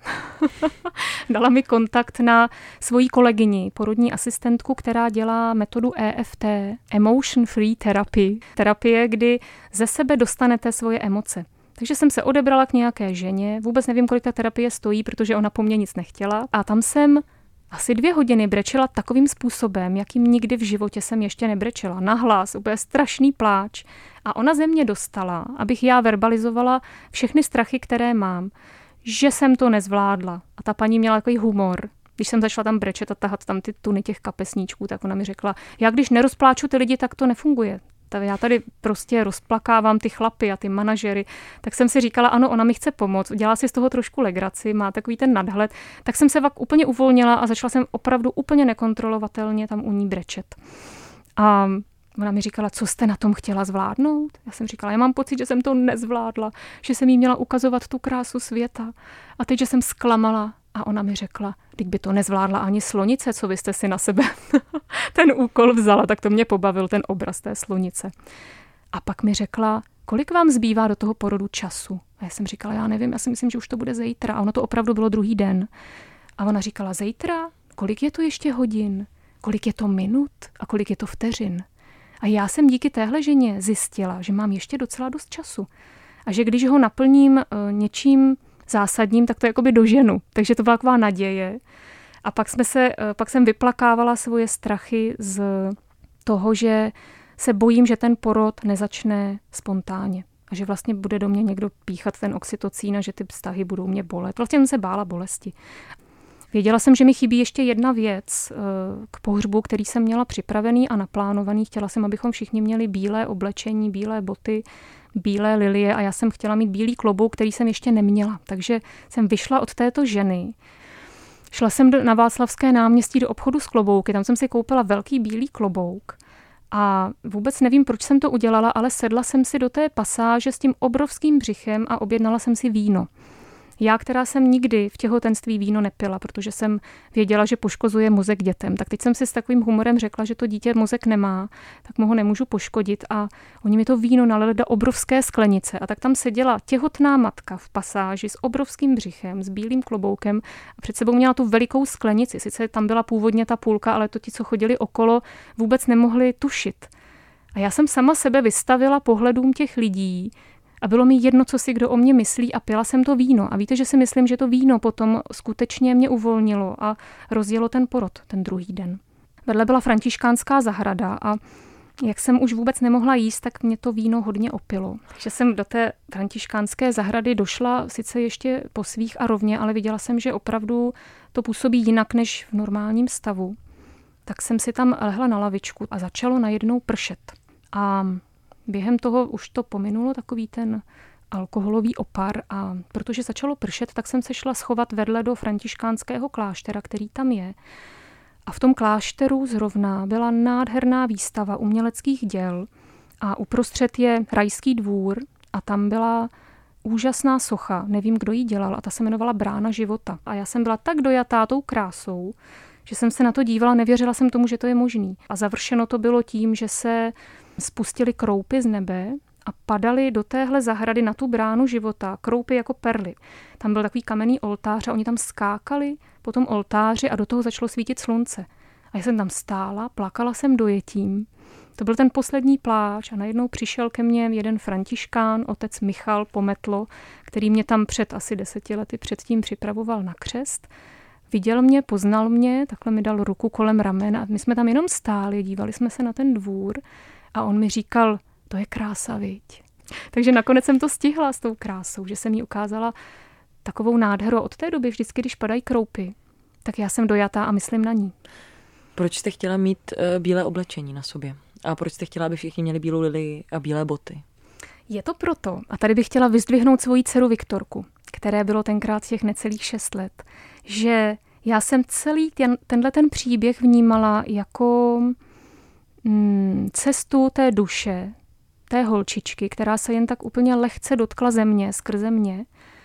dala mi kontakt na svoji kolegyni, porodní asistentku, která dělá metodu EFT, Emotion Free Therapy. Terapie, kdy ze sebe dostanete svoje emoce. Takže jsem se odebrala k nějaké ženě, vůbec nevím, kolik ta terapie stojí, protože ona po mně nic nechtěla. A tam jsem asi 2 hodiny brečela takovým způsobem, jakým nikdy v životě jsem ještě nebrečela. Nahlas, úplně strašný pláč. A ona ze mě dostala, abych já verbalizovala všechny strachy, které mám, že jsem to nezvládla. A ta paní měla takový humor. Když jsem začala tam brečet a tahat tam ty tuny těch kapesníčků, tak ona mi řekla, já když nerozpláču ty lidi, tak to nefunguje. Já tady prostě rozplakávám ty chlapy a ty manažery, tak jsem si říkala, ano, ona mi chce pomoct, dělá si z toho trošku legraci, má takový ten nadhled, tak jsem se pak úplně uvolnila a začala jsem opravdu úplně nekontrolovatelně tam u ní brečet. A ona mi říkala, co jste na tom chtěla zvládnout? Já jsem říkala, já mám pocit, že jsem to nezvládla, že jsem jí měla ukazovat tu krásu světa a teď, že jsem zklamala. A ona mi řekla, teď by to nezvládla ani slonice, co vy jste si na sebe ten úkol vzala, tak to mě pobavil ten obraz té slonice. A pak mi řekla, kolik vám zbývá do toho porodu času? A já jsem říkala, já nevím, já si myslím, že už to bude zítra. A ono to opravdu bylo druhý den. A ona říkala, zítra? Kolik je to ještě hodin? Kolik je to minut? A kolik je to vteřin? A já jsem díky téhle ženě zjistila, že mám ještě docela dost času. A že když ho naplním něčím zásadním, tak to jakoby doženu. Takže to byla taková naděje. A pak jsem vyplakávala svoje strachy z toho, že se bojím, že ten porod nezačne spontánně. A že vlastně bude do mě někdo píchat ten oxytocín a že ty vztahy budou mě bolet. Vlastně jsem se bála bolesti. Věděla jsem, že mi chybí ještě jedna věc k pohřbu, který jsem měla připravený a naplánovaný. Chtěla jsem, abychom všichni měli bílé oblečení, bílé boty, bílé lilie a já jsem chtěla mít bílý klobouk, který jsem ještě neměla. Takže jsem vyšla od této ženy. Šla jsem na Václavské náměstí do obchodu s klobouky, tam jsem si koupila velký bílý klobouk. A vůbec nevím, proč jsem to udělala, ale sedla jsem si do té pasáže s tím obrovským břichem a objednala jsem si víno. Já, která jsem nikdy v těhotenství víno nepila, protože jsem věděla, že poškozuje mozek dětem, tak teď jsem si s takovým humorem řekla, že to dítě mozek nemá, tak mu ho nemůžu poškodit a oni mi to víno nalili do obrovské sklenice a tak tam seděla těhotná matka v pasáži s obrovským břichem, s bílým kloboukem a před sebou měla tu velikou sklenici, sice tam byla původně ta půlka, ale to ti, co chodili okolo, vůbec nemohli tušit. A já jsem sama sebe vystavila pohledům těch lidí, a bylo mi jedno, co si kdo o mě myslí a pila jsem to víno. A víte, že si myslím, že to víno potom skutečně mě uvolnilo a rozjelo ten porod ten druhý den. Vedle byla františkánská zahrada a jak jsem už vůbec nemohla jíst, tak mě to víno hodně opilo. Takže jsem do té františkánské zahrady došla sice ještě po svých a rovně, ale viděla jsem, že opravdu to působí jinak než v normálním stavu. Tak jsem si tam lehla na lavičku a začalo najednou pršet. A během toho už to pominulo takový ten alkoholový opar a protože začalo pršet, tak jsem se šla schovat vedle do františkánského kláštera, který tam je. A v tom klášteru zrovna byla nádherná výstava uměleckých děl a uprostřed je rajský dvůr a tam byla úžasná socha, nevím, kdo ji dělal a ta se jmenovala Brána života. A já jsem byla tak dojatá tou krásou, že jsem se na to dívala, nevěřila jsem tomu, že to je možný. A završeno to bylo tím, že se spustily kroupy z nebe a padaly do téhle zahrady na tu bránu života, kroupy jako perly. Tam byl takový kamenný oltář a oni tam skákali po tom oltáři a do toho začalo svítit slunce. A já jsem tam stála, plakala jsem dojetím. To byl ten poslední pláč a najednou přišel ke mně jeden františkán, otec Michal Pometlo, který mě tam před asi 10 lety předtím připravoval na křest. viděl mě, poznal mě, takhle mi dal ruku kolem ramen a my jsme tam jenom stáli, dívali jsme se na ten dvůr a on mi říkal, to je krása, viď. Takže nakonec jsem to stihla s tou krásou, že jsem jí ukázala takovou nádheru. A od té doby vždycky, když padají kroupy, tak já jsem dojatá a myslím na ní. Proč jste chtěla mít bílé oblečení na sobě? A proč jste chtěla, aby všichni měli bílou lilii a bílé boty? Je to proto, a tady bych chtěla vyzdvihnout svoji dceru Viktorku, které bylo tenkrát těch necelých 6 let, že já jsem celý tenhle příběh vnímala jako cestu té duše, té holčičky, která se jen tak úplně lehce dotkla země, skrze mě,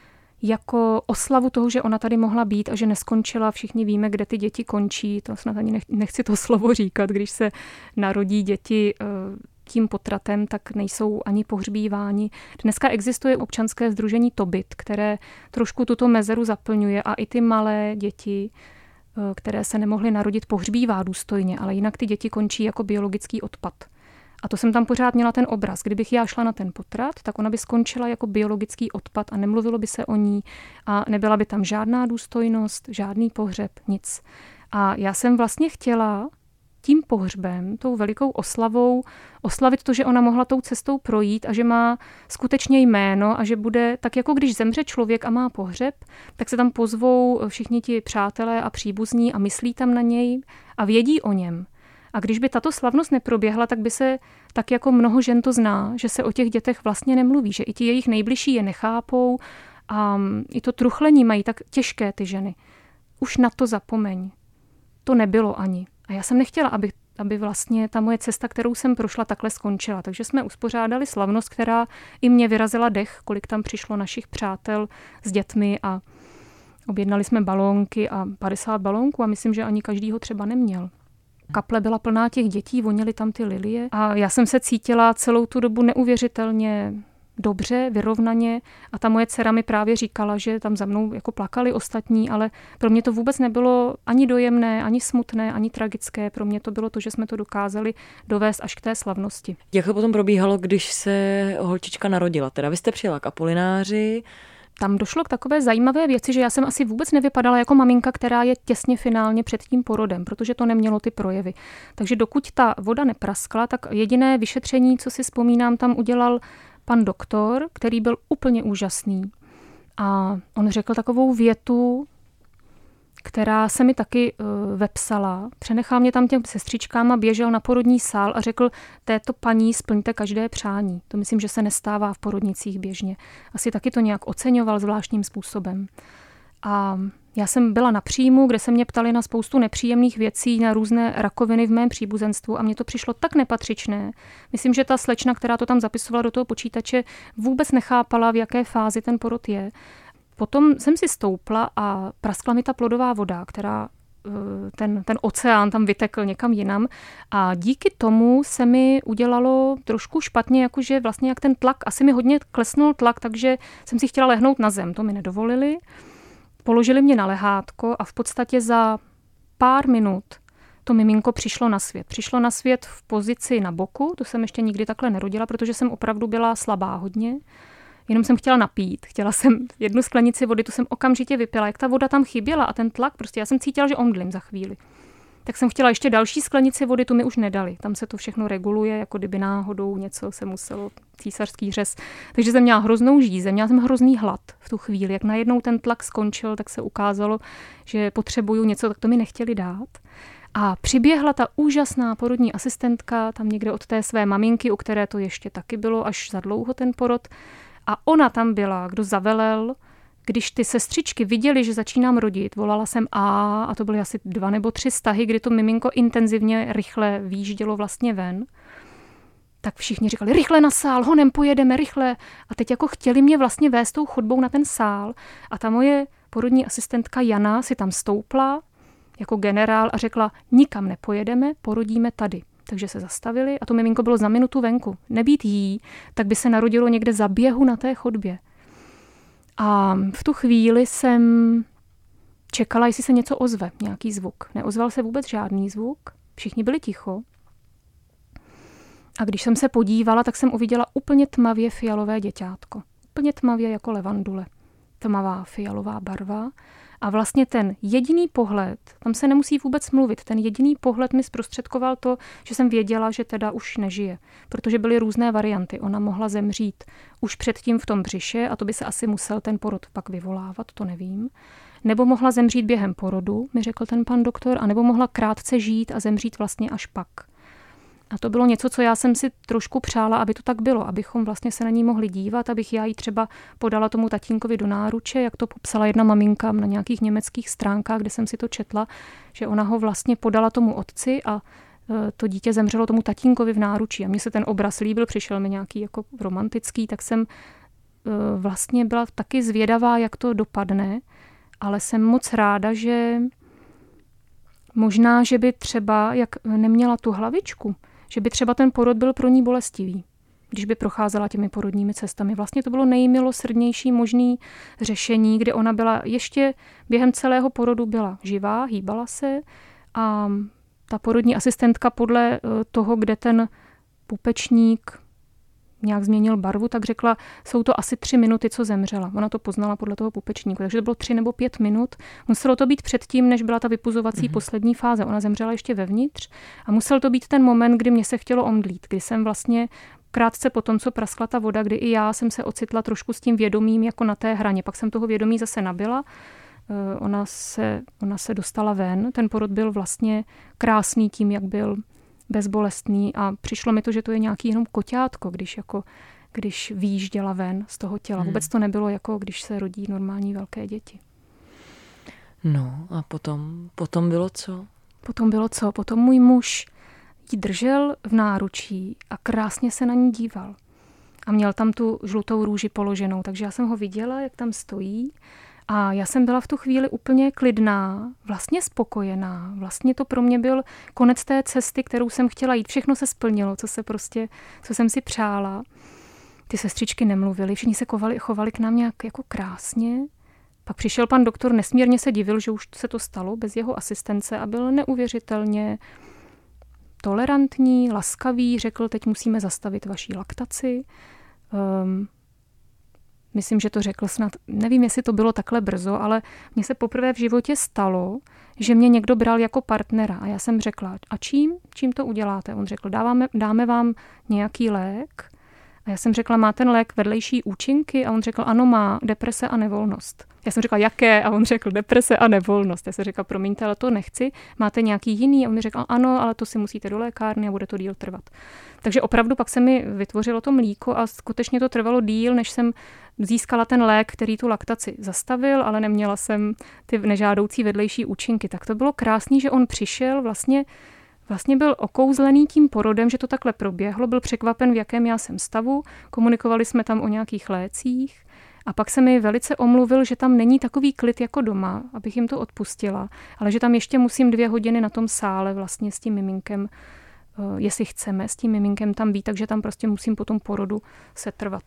jako oslavu toho, že ona tady mohla být a že neskončila. Všichni víme, kde ty děti končí, to snad ani nechci to slovo říkat, když se narodí děti tím potratem, tak nejsou ani pohřbíváni. Dneska existuje občanské sdružení Tobit, které trošku tuto mezeru zaplňuje a i ty malé děti, které se nemohly narodit, pohřbívá důstojně, ale jinak ty děti končí jako biologický odpad. A to jsem tam pořád měla ten obraz. Kdybych já šla na ten potrat, tak ona by skončila jako biologický odpad a nemluvilo by se o ní a nebyla by tam žádná důstojnost, žádný pohřeb, nic. A já jsem vlastně chtěla tím pohřbem, tou velikou oslavou, oslavit to, že ona mohla tou cestou projít a že má skutečně jméno a že bude, tak jako když zemře člověk a má pohřeb, tak se tam pozvou všichni ti přátelé a příbuzní a myslí tam na něj a vědí o něm. A když by tato slavnost neproběhla, tak by se, tak jako mnoho žen to zná, že se o těch dětech vlastně nemluví, že i ti jejich nejbližší je nechápou a i to truchlení mají tak těžké ty ženy. Už na to zapomeň. To nebylo ani. A já jsem nechtěla, aby vlastně ta moje cesta, kterou jsem prošla, takhle skončila. Takže jsme uspořádali slavnost, která i mě vyrazila dech, kolik tam přišlo našich přátel s dětmi a objednali jsme balónky a 50 balónků a myslím, že ani každý ho třeba neměl. Kaple byla plná těch dětí, voněly tam ty lilie a já jsem se cítila celou tu dobu neuvěřitelně dobře, vyrovnaně a ta moje dcera mi právě říkala, že tam za mnou jako plakali ostatní, ale pro mě to vůbec nebylo ani dojemné, ani smutné, ani tragické. Pro mě to bylo to, že jsme to dokázali dovést až k té slavnosti. Jak to potom probíhalo, když se holčička narodila? Teda vy jste přijela k Apolináři. Tam došlo k takové zajímavé věci, že já jsem asi vůbec nevypadala jako maminka, která je těsně finálně před tím porodem, protože to nemělo ty projevy. Takže dokud ta voda nepraskla, tak jediné vyšetření, co si vzpomínám, tam udělal pan doktor, který byl úplně úžasný. A on řekl takovou větu, která se mi taky vepsala. Přenechal mě tam těm sestřičkám a běžel na porodní sál a řekl, této paní splňte každé přání. To myslím, že se nestává v porodnicích běžně. Asi taky to nějak oceňoval zvláštním způsobem. A já jsem byla na příjmu, kde se mě ptali na spoustu nepříjemných věcí, na různé rakoviny v mém příbuzenstvu a mně to přišlo tak nepatřičné. Myslím, že ta slečna, která to tam zapisovala do toho počítače, vůbec nechápala, v jaké fázi ten porod je. Potom jsem si stoupla a praskla mi ta plodová voda, která ten oceán tam vytekl někam jinam a díky tomu se mi udělalo trošku špatně, jakože vlastně jak ten tlak, asi mi hodně klesnul tlak, takže jsem si chtěla lehnout na zem, to mi nedovolili. Položili mě na lehátko a v podstatě za pár minut to miminko přišlo na svět. Přišlo na svět v pozici na boku, to jsem ještě nikdy takhle nerodila, protože jsem opravdu byla slabá hodně. Jenom jsem chtěla napít, chtěla jsem 1 sklenici vody, tu jsem okamžitě vypila. Jak ta voda tam chyběla a ten tlak, prostě já jsem cítila, že omdlím za chvíli. Tak jsem chtěla ještě další sklenici vody, tu mi už nedali. Tam se to všechno reguluje, jako kdyby náhodou něco se muselo, císařský řez. Takže jsem měla hroznou žízeň, měla jsem hrozný hlad v tu chvíli. Jak najednou ten tlak skončil, tak se ukázalo, že potřebuju něco, tak to mi nechtěli dát. A přiběhla ta úžasná porodní asistentka, tam někde od té své maminky, u které to ještě taky bylo až za dlouho ten porod. A ona tam byla, kdo zavelel, když ty sestřičky viděly, že začínám rodit, volala jsem a to byly asi 2 nebo 3 stahy, kdy to miminko intenzivně rychle výjíždělo vlastně ven. Tak všichni říkali, rychle na sál, honem pojedeme, rychle. A teď jako chtěli mě vlastně vést tou chodbou na ten sál. A ta moje porodní asistentka Jana si tam stoupla jako generál a řekla, nikam nepojedeme, porodíme tady. Takže se zastavili a to miminko bylo za minutu venku. Nebýt jí, tak by se narodilo někde za běhu na té chodbě. A v tu chvíli jsem čekala, jestli se něco ozve, nějaký zvuk. Neozval se vůbec žádný zvuk, všichni byli ticho. A když jsem se podívala, tak jsem uviděla úplně tmavě fialové děťátko. Úplně tmavě jako levandule. tmavá fialová barva. A vlastně ten jediný pohled, tam se nemusí vůbec mluvit, ten jediný pohled mi zprostředkoval to, že jsem věděla, že teda už nežije. Protože byly různé varianty. Ona mohla zemřít už předtím v tom břiše a to by se asi musel ten porod pak vyvolávat, to nevím. Nebo mohla zemřít během porodu, mi řekl ten pan doktor, anebo mohla krátce žít a zemřít vlastně až pak. A to bylo něco, co já jsem si trošku přála, aby to tak bylo, abychom vlastně se na ní mohli dívat, abych já ji třeba podala tomu tatínkovi do náruče, jak to popsala jedna maminka na nějakých německých stránkách, kde jsem si to četla, že ona ho vlastně podala tomu otci a to dítě zemřelo tomu tatínkovi v náručí. A mně se ten obraz líbil, přišel mi nějaký jako romantický, tak jsem vlastně byla taky zvědavá, jak to dopadne, ale jsem moc ráda, že možná, že by třeba, jak neměla tu hlavičku, že by třeba ten porod byl pro ní bolestivý, když by procházela těmi porodními cestami. Vlastně to bylo nejmilosrdnější možné řešení, kde ona byla ještě během celého porodu byla živá, hýbala se a ta porodní asistentka podle toho, kde ten pupečník nějak změnil barvu, tak řekla, jsou to asi 3 minuty, co zemřela. Ona to poznala podle toho pupečníku, takže to bylo 3 nebo 5 minut. Muselo to být předtím, než byla ta vypuzovací poslední fáze. Ona zemřela ještě vevnitř a musel to být ten moment, kdy mě se chtělo omdlít, kdy jsem vlastně krátce po tom, co praskla ta voda, kdy i já jsem se ocitla trošku s tím vědomím jako na té hraně. Pak jsem toho vědomí zase nabila. Ona se dostala ven. Ten porod byl vlastně krásný tím, jak byl bezbolestný a přišlo mi to, že to je nějaký jenom koťátko, když výjížděla ven z toho těla. Vůbec to nebylo jako když se rodí normální velké děti. No a potom bylo co? Potom můj muž ji držel v náručí a krásně se na ní díval. A měl tam tu žlutou růži položenou, takže já jsem ho viděla, jak tam stojí. A já jsem byla v tu chvíli úplně klidná, vlastně spokojená. Vlastně to pro mě byl konec té cesty, kterou jsem chtěla jít. Všechno se splnilo, co jsem si přála. Ty sestřičky nemluvily, všichni se chovali k nám nějak jako krásně. Pak přišel pan doktor, nesmírně se divil, že už se to stalo bez jeho asistence a byl neuvěřitelně tolerantní, laskavý, řekl, teď musíme zastavit vaší laktaci. Myslím, že to řekl snad, nevím, jestli to bylo takhle brzo, ale mně se poprvé v životě stalo, že mě někdo bral jako partnera. A já jsem řekla, a čím to uděláte? On řekl, dáme vám nějaký lék. A já jsem řekla, má ten lék vedlejší účinky? A on řekl, ano, má, deprese a nevolnost. Já jsem řekla, jaké? A on řekl, deprese a nevolnost. Já jsem řekla, promiňte, ale to nechci. Máte nějaký jiný? A on mi řekl, ano, ale to si musíte do lékárny a bude to díl trvat. Takže opravdu pak se mi vytvořilo to mlíko a skutečně to trvalo díl, než jsem získala ten lék, který tu laktaci zastavil, ale neměla jsem ty nežádoucí vedlejší účinky. Tak to bylo krásný, že on přišel, vlastně byl okouzlený tím porodem, že to takhle proběhlo, byl překvapen, v jakém já jsem stavu, komunikovali jsme tam o nějakých lécích a pak se mi velice omluvil, že tam není takový klid jako doma, abych jim to odpustila, ale že tam ještě musím 2 hodiny na tom sále vlastně s tím miminkem, jestli chceme s tím miminkem tam být, takže tam prostě musím po tom porodu setrvat.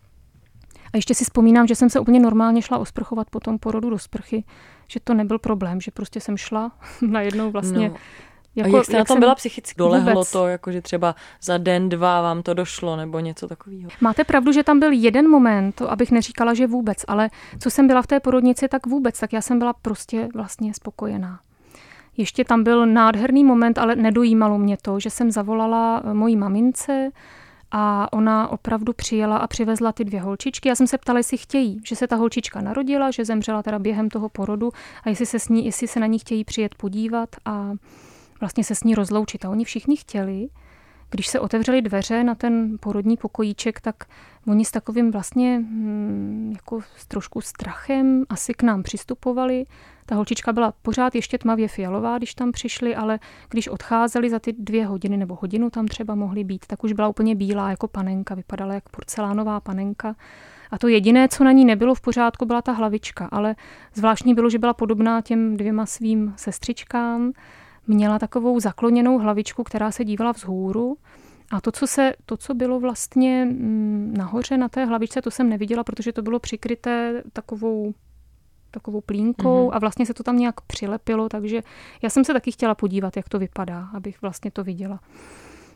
A ještě si vzpomínám, že jsem se úplně normálně šla osprchovat po tom porodu do sprchy, že to nebyl problém, že prostě jsem šla najednou vlastně. No. A jak jste na tom byla psychicky? Dolehlo to, jakože třeba za den, 2 vám to došlo, nebo něco takového? Máte pravdu, že tam byl jeden moment, to abych neříkala, že vůbec, ale co jsem byla v té porodnici, tak vůbec, tak já jsem byla prostě vlastně spokojená. Ještě tam byl nádherný moment, ale nedojímalo mě to, že jsem zavolala mojí mamince a ona opravdu přijela a přivezla ty 2 holčičky. Já jsem se ptala, jestli chtějí, že se ta holčička narodila, že zemřela teda během toho porodu a jestli se na ní chtějí přijet podívat a vlastně se s ní rozloučit. A oni všichni chtěli. Když se otevřely dveře na ten porodní pokojíček, tak oni s takovým vlastně jako s trošku strachem asi k nám přistupovali. Ta holčička byla pořád ještě tmavě fialová, když tam přišli, ale když odcházeli za ty 2 hodiny nebo hodinu tam třeba mohly být, tak už byla úplně bílá jako panenka, vypadala jak porcelánová panenka. A to jediné, co na ní nebylo v pořádku, byla ta hlavička, ale zvláštní bylo, že byla podobná těm 2 svým sestřičkám. Měla takovou zakloněnou hlavičku, která se dívala vzhůru. A to, co bylo vlastně nahoře na té hlavičce, to jsem neviděla, protože to bylo přikryté takovou plínkou a vlastně se to tam nějak přilepilo, takže já jsem se taky chtěla podívat, jak to vypadá, abych vlastně to viděla.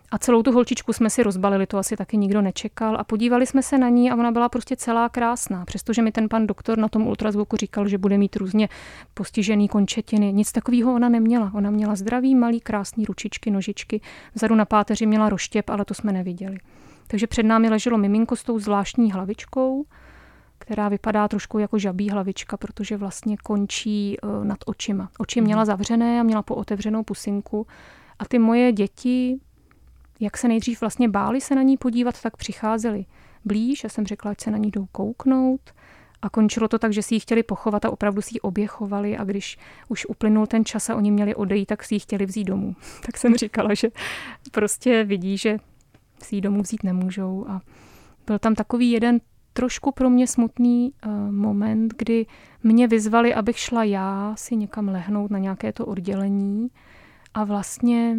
A celou tu holčičku jsme si rozbalili, to asi taky nikdo nečekal a podívali jsme se na ní a ona byla prostě celá krásná. Přestože mi ten pan doktor na tom ultrazvuku říkal, že bude mít různě postižený končetiny. Nic takového ona neměla. Ona měla zdravý, malý, krásný ručičky, nožičky. Vzadu na páteři měla roštěp, ale to jsme neviděli. Takže před námi leželo miminko s tou zvláštní hlavičkou, která vypadá trošku jako žabí hlavička, protože vlastně končí nad očima. Oči měla zavřené a měla pootevřenou pusinku. A ty moje děti, jak se nejdřív vlastně báli se na ní podívat, tak přicházeli blíž. Já jsem řekla, ať se na ní jdou kouknout. A končilo to tak, že si ji chtěli pochovat a opravdu si ji oběchovali. A když už uplynul ten čas a oni měli odejít, tak si ji chtěli vzít domů. Tak jsem říkala, že prostě vidí, že si ji domů vzít nemůžou. A byl tam takový jeden trošku pro mě smutný moment, kdy mě vyzvali, abych šla já si někam lehnout na nějaké to oddělení. A vlastně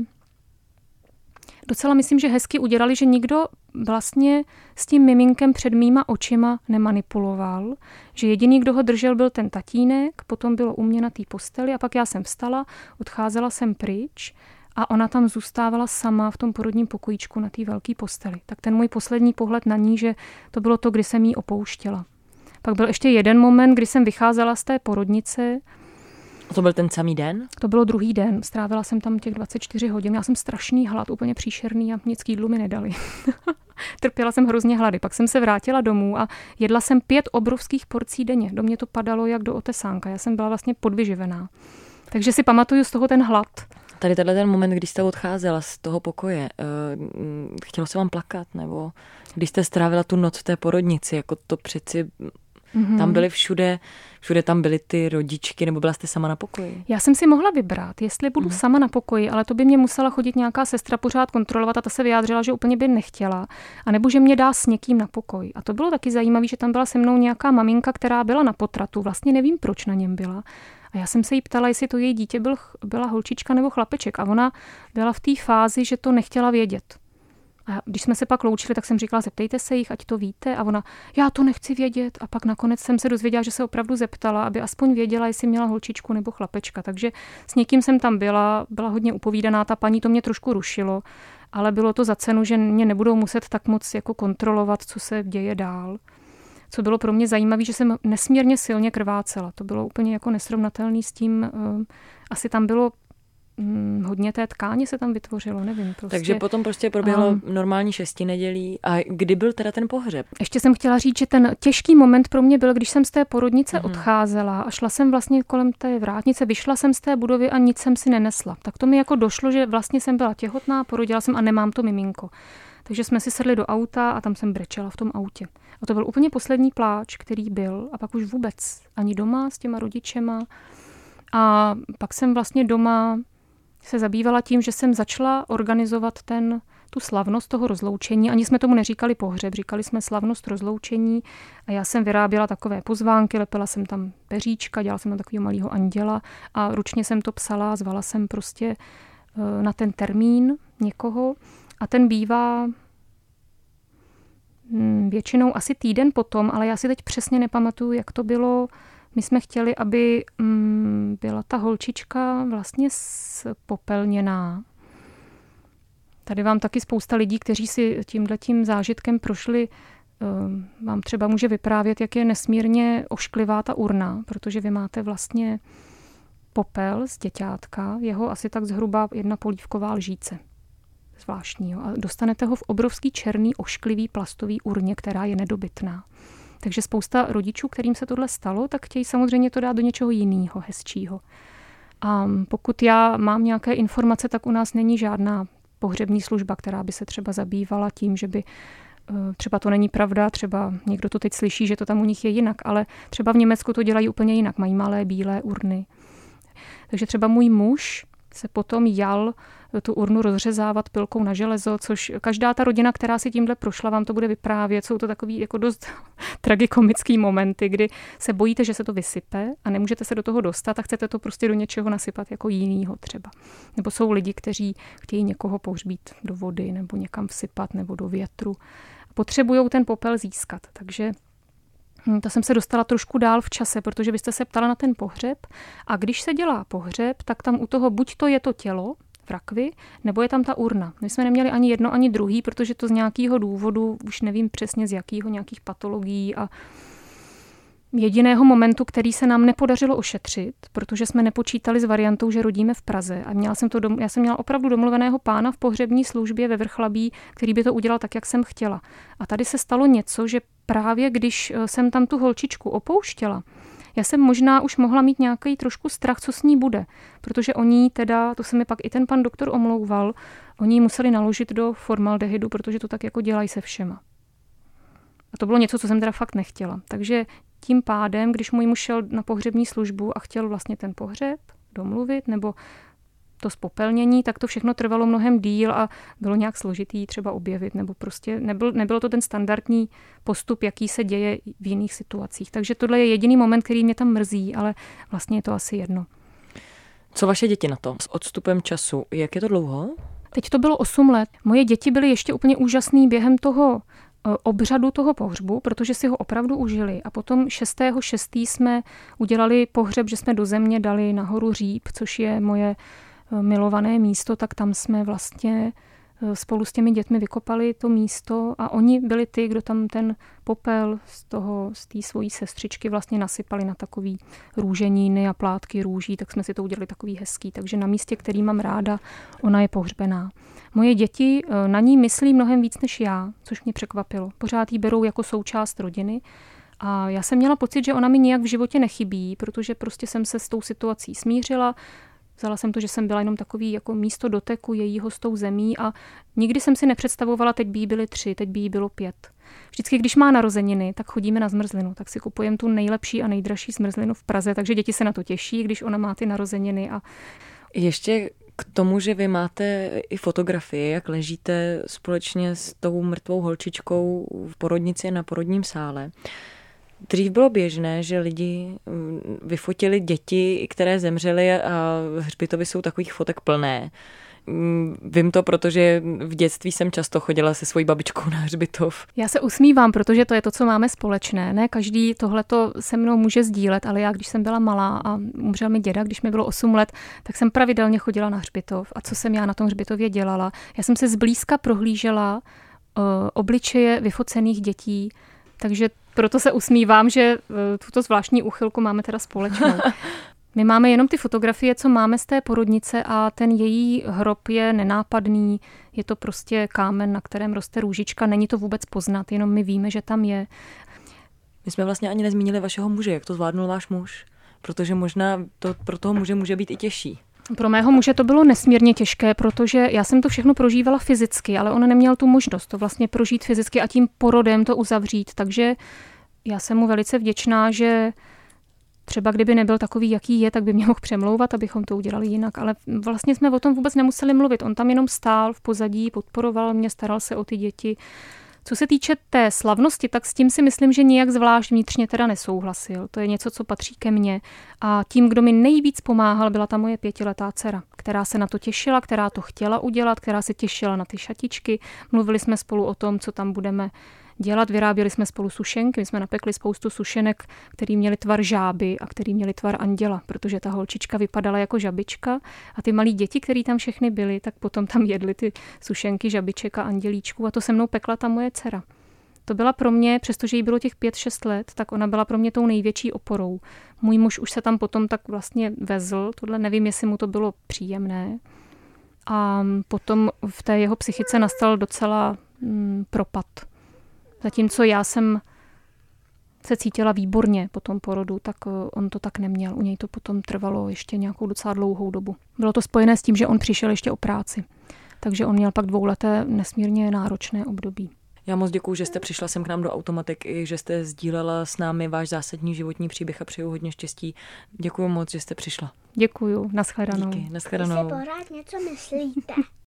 docela myslím, že hezky udělali, že nikdo vlastně s tím miminkem před mýma očima nemanipuloval, že jediný, kdo ho držel, byl ten tatínek, potom bylo u mě na té posteli a pak já jsem vstala, odcházela jsem pryč a ona tam zůstávala sama v tom porodním pokojíčku na té velké posteli. Tak ten můj poslední pohled na ní, že to bylo to, kdy jsem jí opouštěla. Pak byl ještě jeden moment, kdy jsem vycházela z té porodnice. To byl ten samý den? To bylo druhý den. Strávila jsem tam těch 24 hodin. Já jsem strašný hlad, úplně příšerný a nic k jídlu mi nedali. Trpěla jsem hrozně hlady. Pak jsem se vrátila domů a jedla jsem 5 obrovských porcí denně. Do mě to padalo jak do otesánka. Já jsem byla vlastně podvyživená. Takže si pamatuju z toho ten hlad. Tady ten moment, když jste odcházela z toho pokoje, chtělo se vám plakat? Nebo když jste strávila tu noc v té porodnici, jako to přeci... Tam byly všude tam byly ty rodičky, nebo byla jste sama na pokoji? Já jsem si mohla vybrat, jestli budu sama na pokoji, ale to by mě musela chodit nějaká sestra pořád kontrolovat a ta se vyjádřila, že úplně by nechtěla, anebo že mě dá s někým na pokoj. A to bylo taky zajímavé, že tam byla se mnou nějaká maminka, která byla na potratu, vlastně nevím, proč na něm byla. A já jsem se jí ptala, jestli to její dítě byla holčička nebo chlapeček a ona byla v té fázi, že to nechtěla vědět. A když jsme se pak loučili, tak jsem říkala, zeptejte se jich, ať to víte. A ona, já to nechci vědět. A pak nakonec jsem se dozvěděla, že se opravdu zeptala, aby aspoň věděla, jestli měla holčičku nebo chlapečka. Takže s někým jsem tam byla hodně upovídaná, ta paní, to mě trošku rušilo, ale bylo to za cenu, že mě nebudou muset tak moc jako kontrolovat, co se děje dál. Co bylo pro mě zajímavé, že jsem nesmírně silně krvácela. To bylo úplně jako nesrovnatelný s tím, asi tam bylo hodně té tkáně se tam vytvořilo, nevím. Prostě. Takže potom prostě proběhlo normální 6 nedělí. A kdy byl teda ten pohřeb? Ještě jsem chtěla říct, že ten těžký moment pro mě byl, když jsem z té porodnice odcházela a šla jsem vlastně kolem té vrátnice, vyšla jsem z té budovy a nic jsem si nenesla. Tak to mi jako došlo, že vlastně jsem byla těhotná, porodila jsem a nemám to miminko. Takže jsme si sedli do auta a tam jsem brečela v tom autě. A to byl úplně poslední pláč, který byl a pak už vůbec ani doma s těma rodičema. A pak jsem vlastně doma se zabývala tím, že jsem začala organizovat tu slavnost toho rozloučení. Ani jsme tomu neříkali pohřeb, říkali jsme slavnost rozloučení a já jsem vyráběla takové pozvánky, lepila jsem tam peříčka, dělala jsem tam takového malého anděla a ručně jsem to psala, zvala jsem prostě na ten termín někoho a ten bývá většinou asi týden potom, ale já si teď přesně nepamatuju, jak to bylo. My jsme chtěli, aby byla ta holčička vlastně popelněná. Tady vám taky spousta lidí, kteří si tímhletím zážitkem prošli, vám třeba může vyprávět, jak je nesmírně ošklivá ta urna, protože vy máte vlastně popel z děťátka, jeho asi tak zhruba 1 polívková lžíce. Zvláštního. A dostanete ho v obrovský černý ošklivý plastový urně, která je nedobytná. Takže spousta rodičů, kterým se tohle stalo, tak chtějí samozřejmě to dát do něčeho jiného, hezčího. A pokud já mám nějaké informace, tak u nás není žádná pohřební služba, která by se třeba zabývala tím, že by třeba to není pravda, třeba někdo to teď slyší, že to tam u nich je jinak, ale třeba v Německu to dělají úplně jinak, mají malé bílé urny. Takže třeba můj muž se potom jal tu urnu rozřezávat pilkou na železo, což každá ta rodina, která si tímhle prošla, vám to bude vyprávět. Jsou to takový jako dost tragikomický momenty, kdy se bojíte, že se to vysype a nemůžete se do toho dostat a chcete to prostě do něčeho nasypat jako jinýho třeba. Nebo jsou lidi, kteří chtějí někoho pohřbít do vody nebo někam vsypat nebo do větru. Potřebujou ten popel získat, takže to jsem se dostala trošku dál v čase, protože vy jste se ptala na ten pohřeb a když se dělá pohřeb, tak tam u toho buď to je to tělo v rakvi, nebo je tam ta urna. My jsme neměli ani jedno, ani druhý, protože to z nějakého důvodu, už nevím přesně z jakého, nějakých patologií a jediného momentu, který se nám nepodařilo ošetřit, protože jsme nepočítali s variantou, že rodíme v Praze. A já jsem měla opravdu domluveného pána v pohřební službě ve Vrchlabí, který by to udělal tak, jak jsem chtěla. A tady se stalo něco, že právě když jsem tam tu holčičku opouštěla, já jsem možná už mohla mít nějaký trošku strach, co s ní bude, protože oni teda, to se mi pak i ten pan doktor omlouval, oni ji museli naložit do formaldehydu, protože to tak jako dělají se všema. A to bylo něco, co jsem teda fakt nechtěla. Takže tím pádem, když můj muž šel na pohřební službu a chtěl vlastně ten pohřeb domluvit nebo to spopelnění, tak to všechno trvalo mnohem díl a bylo nějak složitý třeba objevit, nebo prostě nebylo to ten standardní postup, jaký se děje v jiných situacích. Takže tohle je jediný moment, který mě tam mrzí, ale vlastně je to asi jedno. Co vaše děti na to? S odstupem času, jak je to dlouho? Teď to bylo 8 let. Moje děti byly ještě úplně úžasný během toho obřadu toho pohřbu, protože si ho opravdu užili. A potom 6.6. jsme udělali pohřeb, že jsme do země dali nahoru Říp, což je moje milované místo, tak tam jsme vlastně spolu s těmi dětmi vykopali to místo a oni byli ty, kdo tam ten popel z té svojí sestřičky vlastně nasypali na takový růženíny a plátky růží, tak jsme si to udělali takový hezký. Takže na místě, který mám ráda, ona je pohřbená. Moje děti na ní myslí mnohem víc než já, což mě překvapilo. Pořád jí berou jako součást rodiny. A já jsem měla pocit, že ona mi nějak v životě nechybí, protože prostě jsem se s tou situací smířila. Vzala jsem to, že jsem byla jenom takový jako místo doteku jejího s tou zemí a nikdy jsem si nepředstavovala, teď by jí byly 3, teď by jí bylo 5. Vždycky, když má narozeniny, tak chodíme na zmrzlinu, tak si kupujeme tu nejlepší a nejdražší zmrzlinu v Praze, takže děti se na to těší, když ona má ty narozeniny. A ještě k tomu, že vy máte i fotografie, jak ležíte společně s tou mrtvou holčičkou v porodnici na porodním sále. Dřív bylo běžné, že lidi vyfotili děti, které zemřely a hřbitovy jsou takových fotek plné. Vím to, protože v dětství jsem často chodila se svojí babičkou na hřbitov. Já se usmívám, protože to je to, co máme společné. Ne každý tohleto se mnou může sdílet, ale já, když jsem byla malá a umřel mi děda, když mi bylo 8 let, tak jsem pravidelně chodila na hřbitov. A co jsem já na tom hřbitově dělala? Já jsem se zblízka prohlížela obličeje vyfocených dětí, takže proto se usmívám, že tuto zvláštní úchylku máme teda společnou. My máme jenom ty fotografie, co máme z té porodnice a ten její hrob je nenápadný. Je to prostě kámen, na kterém roste růžička. Není to vůbec poznat, jenom my víme, že tam je. My jsme vlastně ani nezmínili vašeho muže, jak to zvládnul váš muž. Protože možná to pro toho muže může být i těžší. Pro mého muže to bylo nesmírně těžké, protože já jsem to všechno prožívala fyzicky, ale on neměl tu možnost to vlastně prožít fyzicky a tím porodem to uzavřít. Takže já jsem mu velice vděčná, že třeba kdyby nebyl takový, jaký je, tak by mě mohl přemlouvat, abychom to udělali jinak. Ale vlastně jsme o tom vůbec nemuseli mluvit. On tam jenom stál v pozadí, podporoval mě, staral se o ty děti. Co se týče té slavnosti, tak s tím si myslím, že nijak zvlášť vnitřně teda nesouhlasil. To je něco, co patří ke mně. A tím, kdo mi nejvíc pomáhal, byla ta moje 5letá dcera, která se na to těšila, která to chtěla udělat, která se těšila na ty šatičky. Mluvili jsme spolu o tom, co tam budeme dělat. Vyráběli jsme spolu sušenky. My jsme napekli spoustu sušenek, který měly tvar žáby a který měly tvar anděla, protože ta holčička vypadala jako žabička a ty malí děti, které tam všechny byly, tak potom tam jedly ty sušenky žabiček a andělíčků a to se mnou pekla ta moje dcera. To byla pro mě, přestože jí bylo těch 5-6 let, tak ona byla pro mě tou největší oporou. Můj muž už se tam potom tak vlastně vezl, tohle nevím, jestli mu to bylo příjemné. A potom v té jeho psychice nastal docela propad. Zatímco já jsem se cítila výborně po tom porodu, tak on to tak neměl. U něj to potom trvalo ještě nějakou docela dlouhou dobu. Bylo to spojené s tím, že on přišel ještě o práci. Takže on měl pak 2leté nesmírně náročné období. Já moc děkuju, že jste přišla sem k nám do Automatik i že jste sdílela s námi váš zásadní životní příběh a přeju hodně štěstí. Děkuju moc, že jste přišla. Děkuju, nashledanou. Díky, nashledanou. Vy si pořád něco myslíte.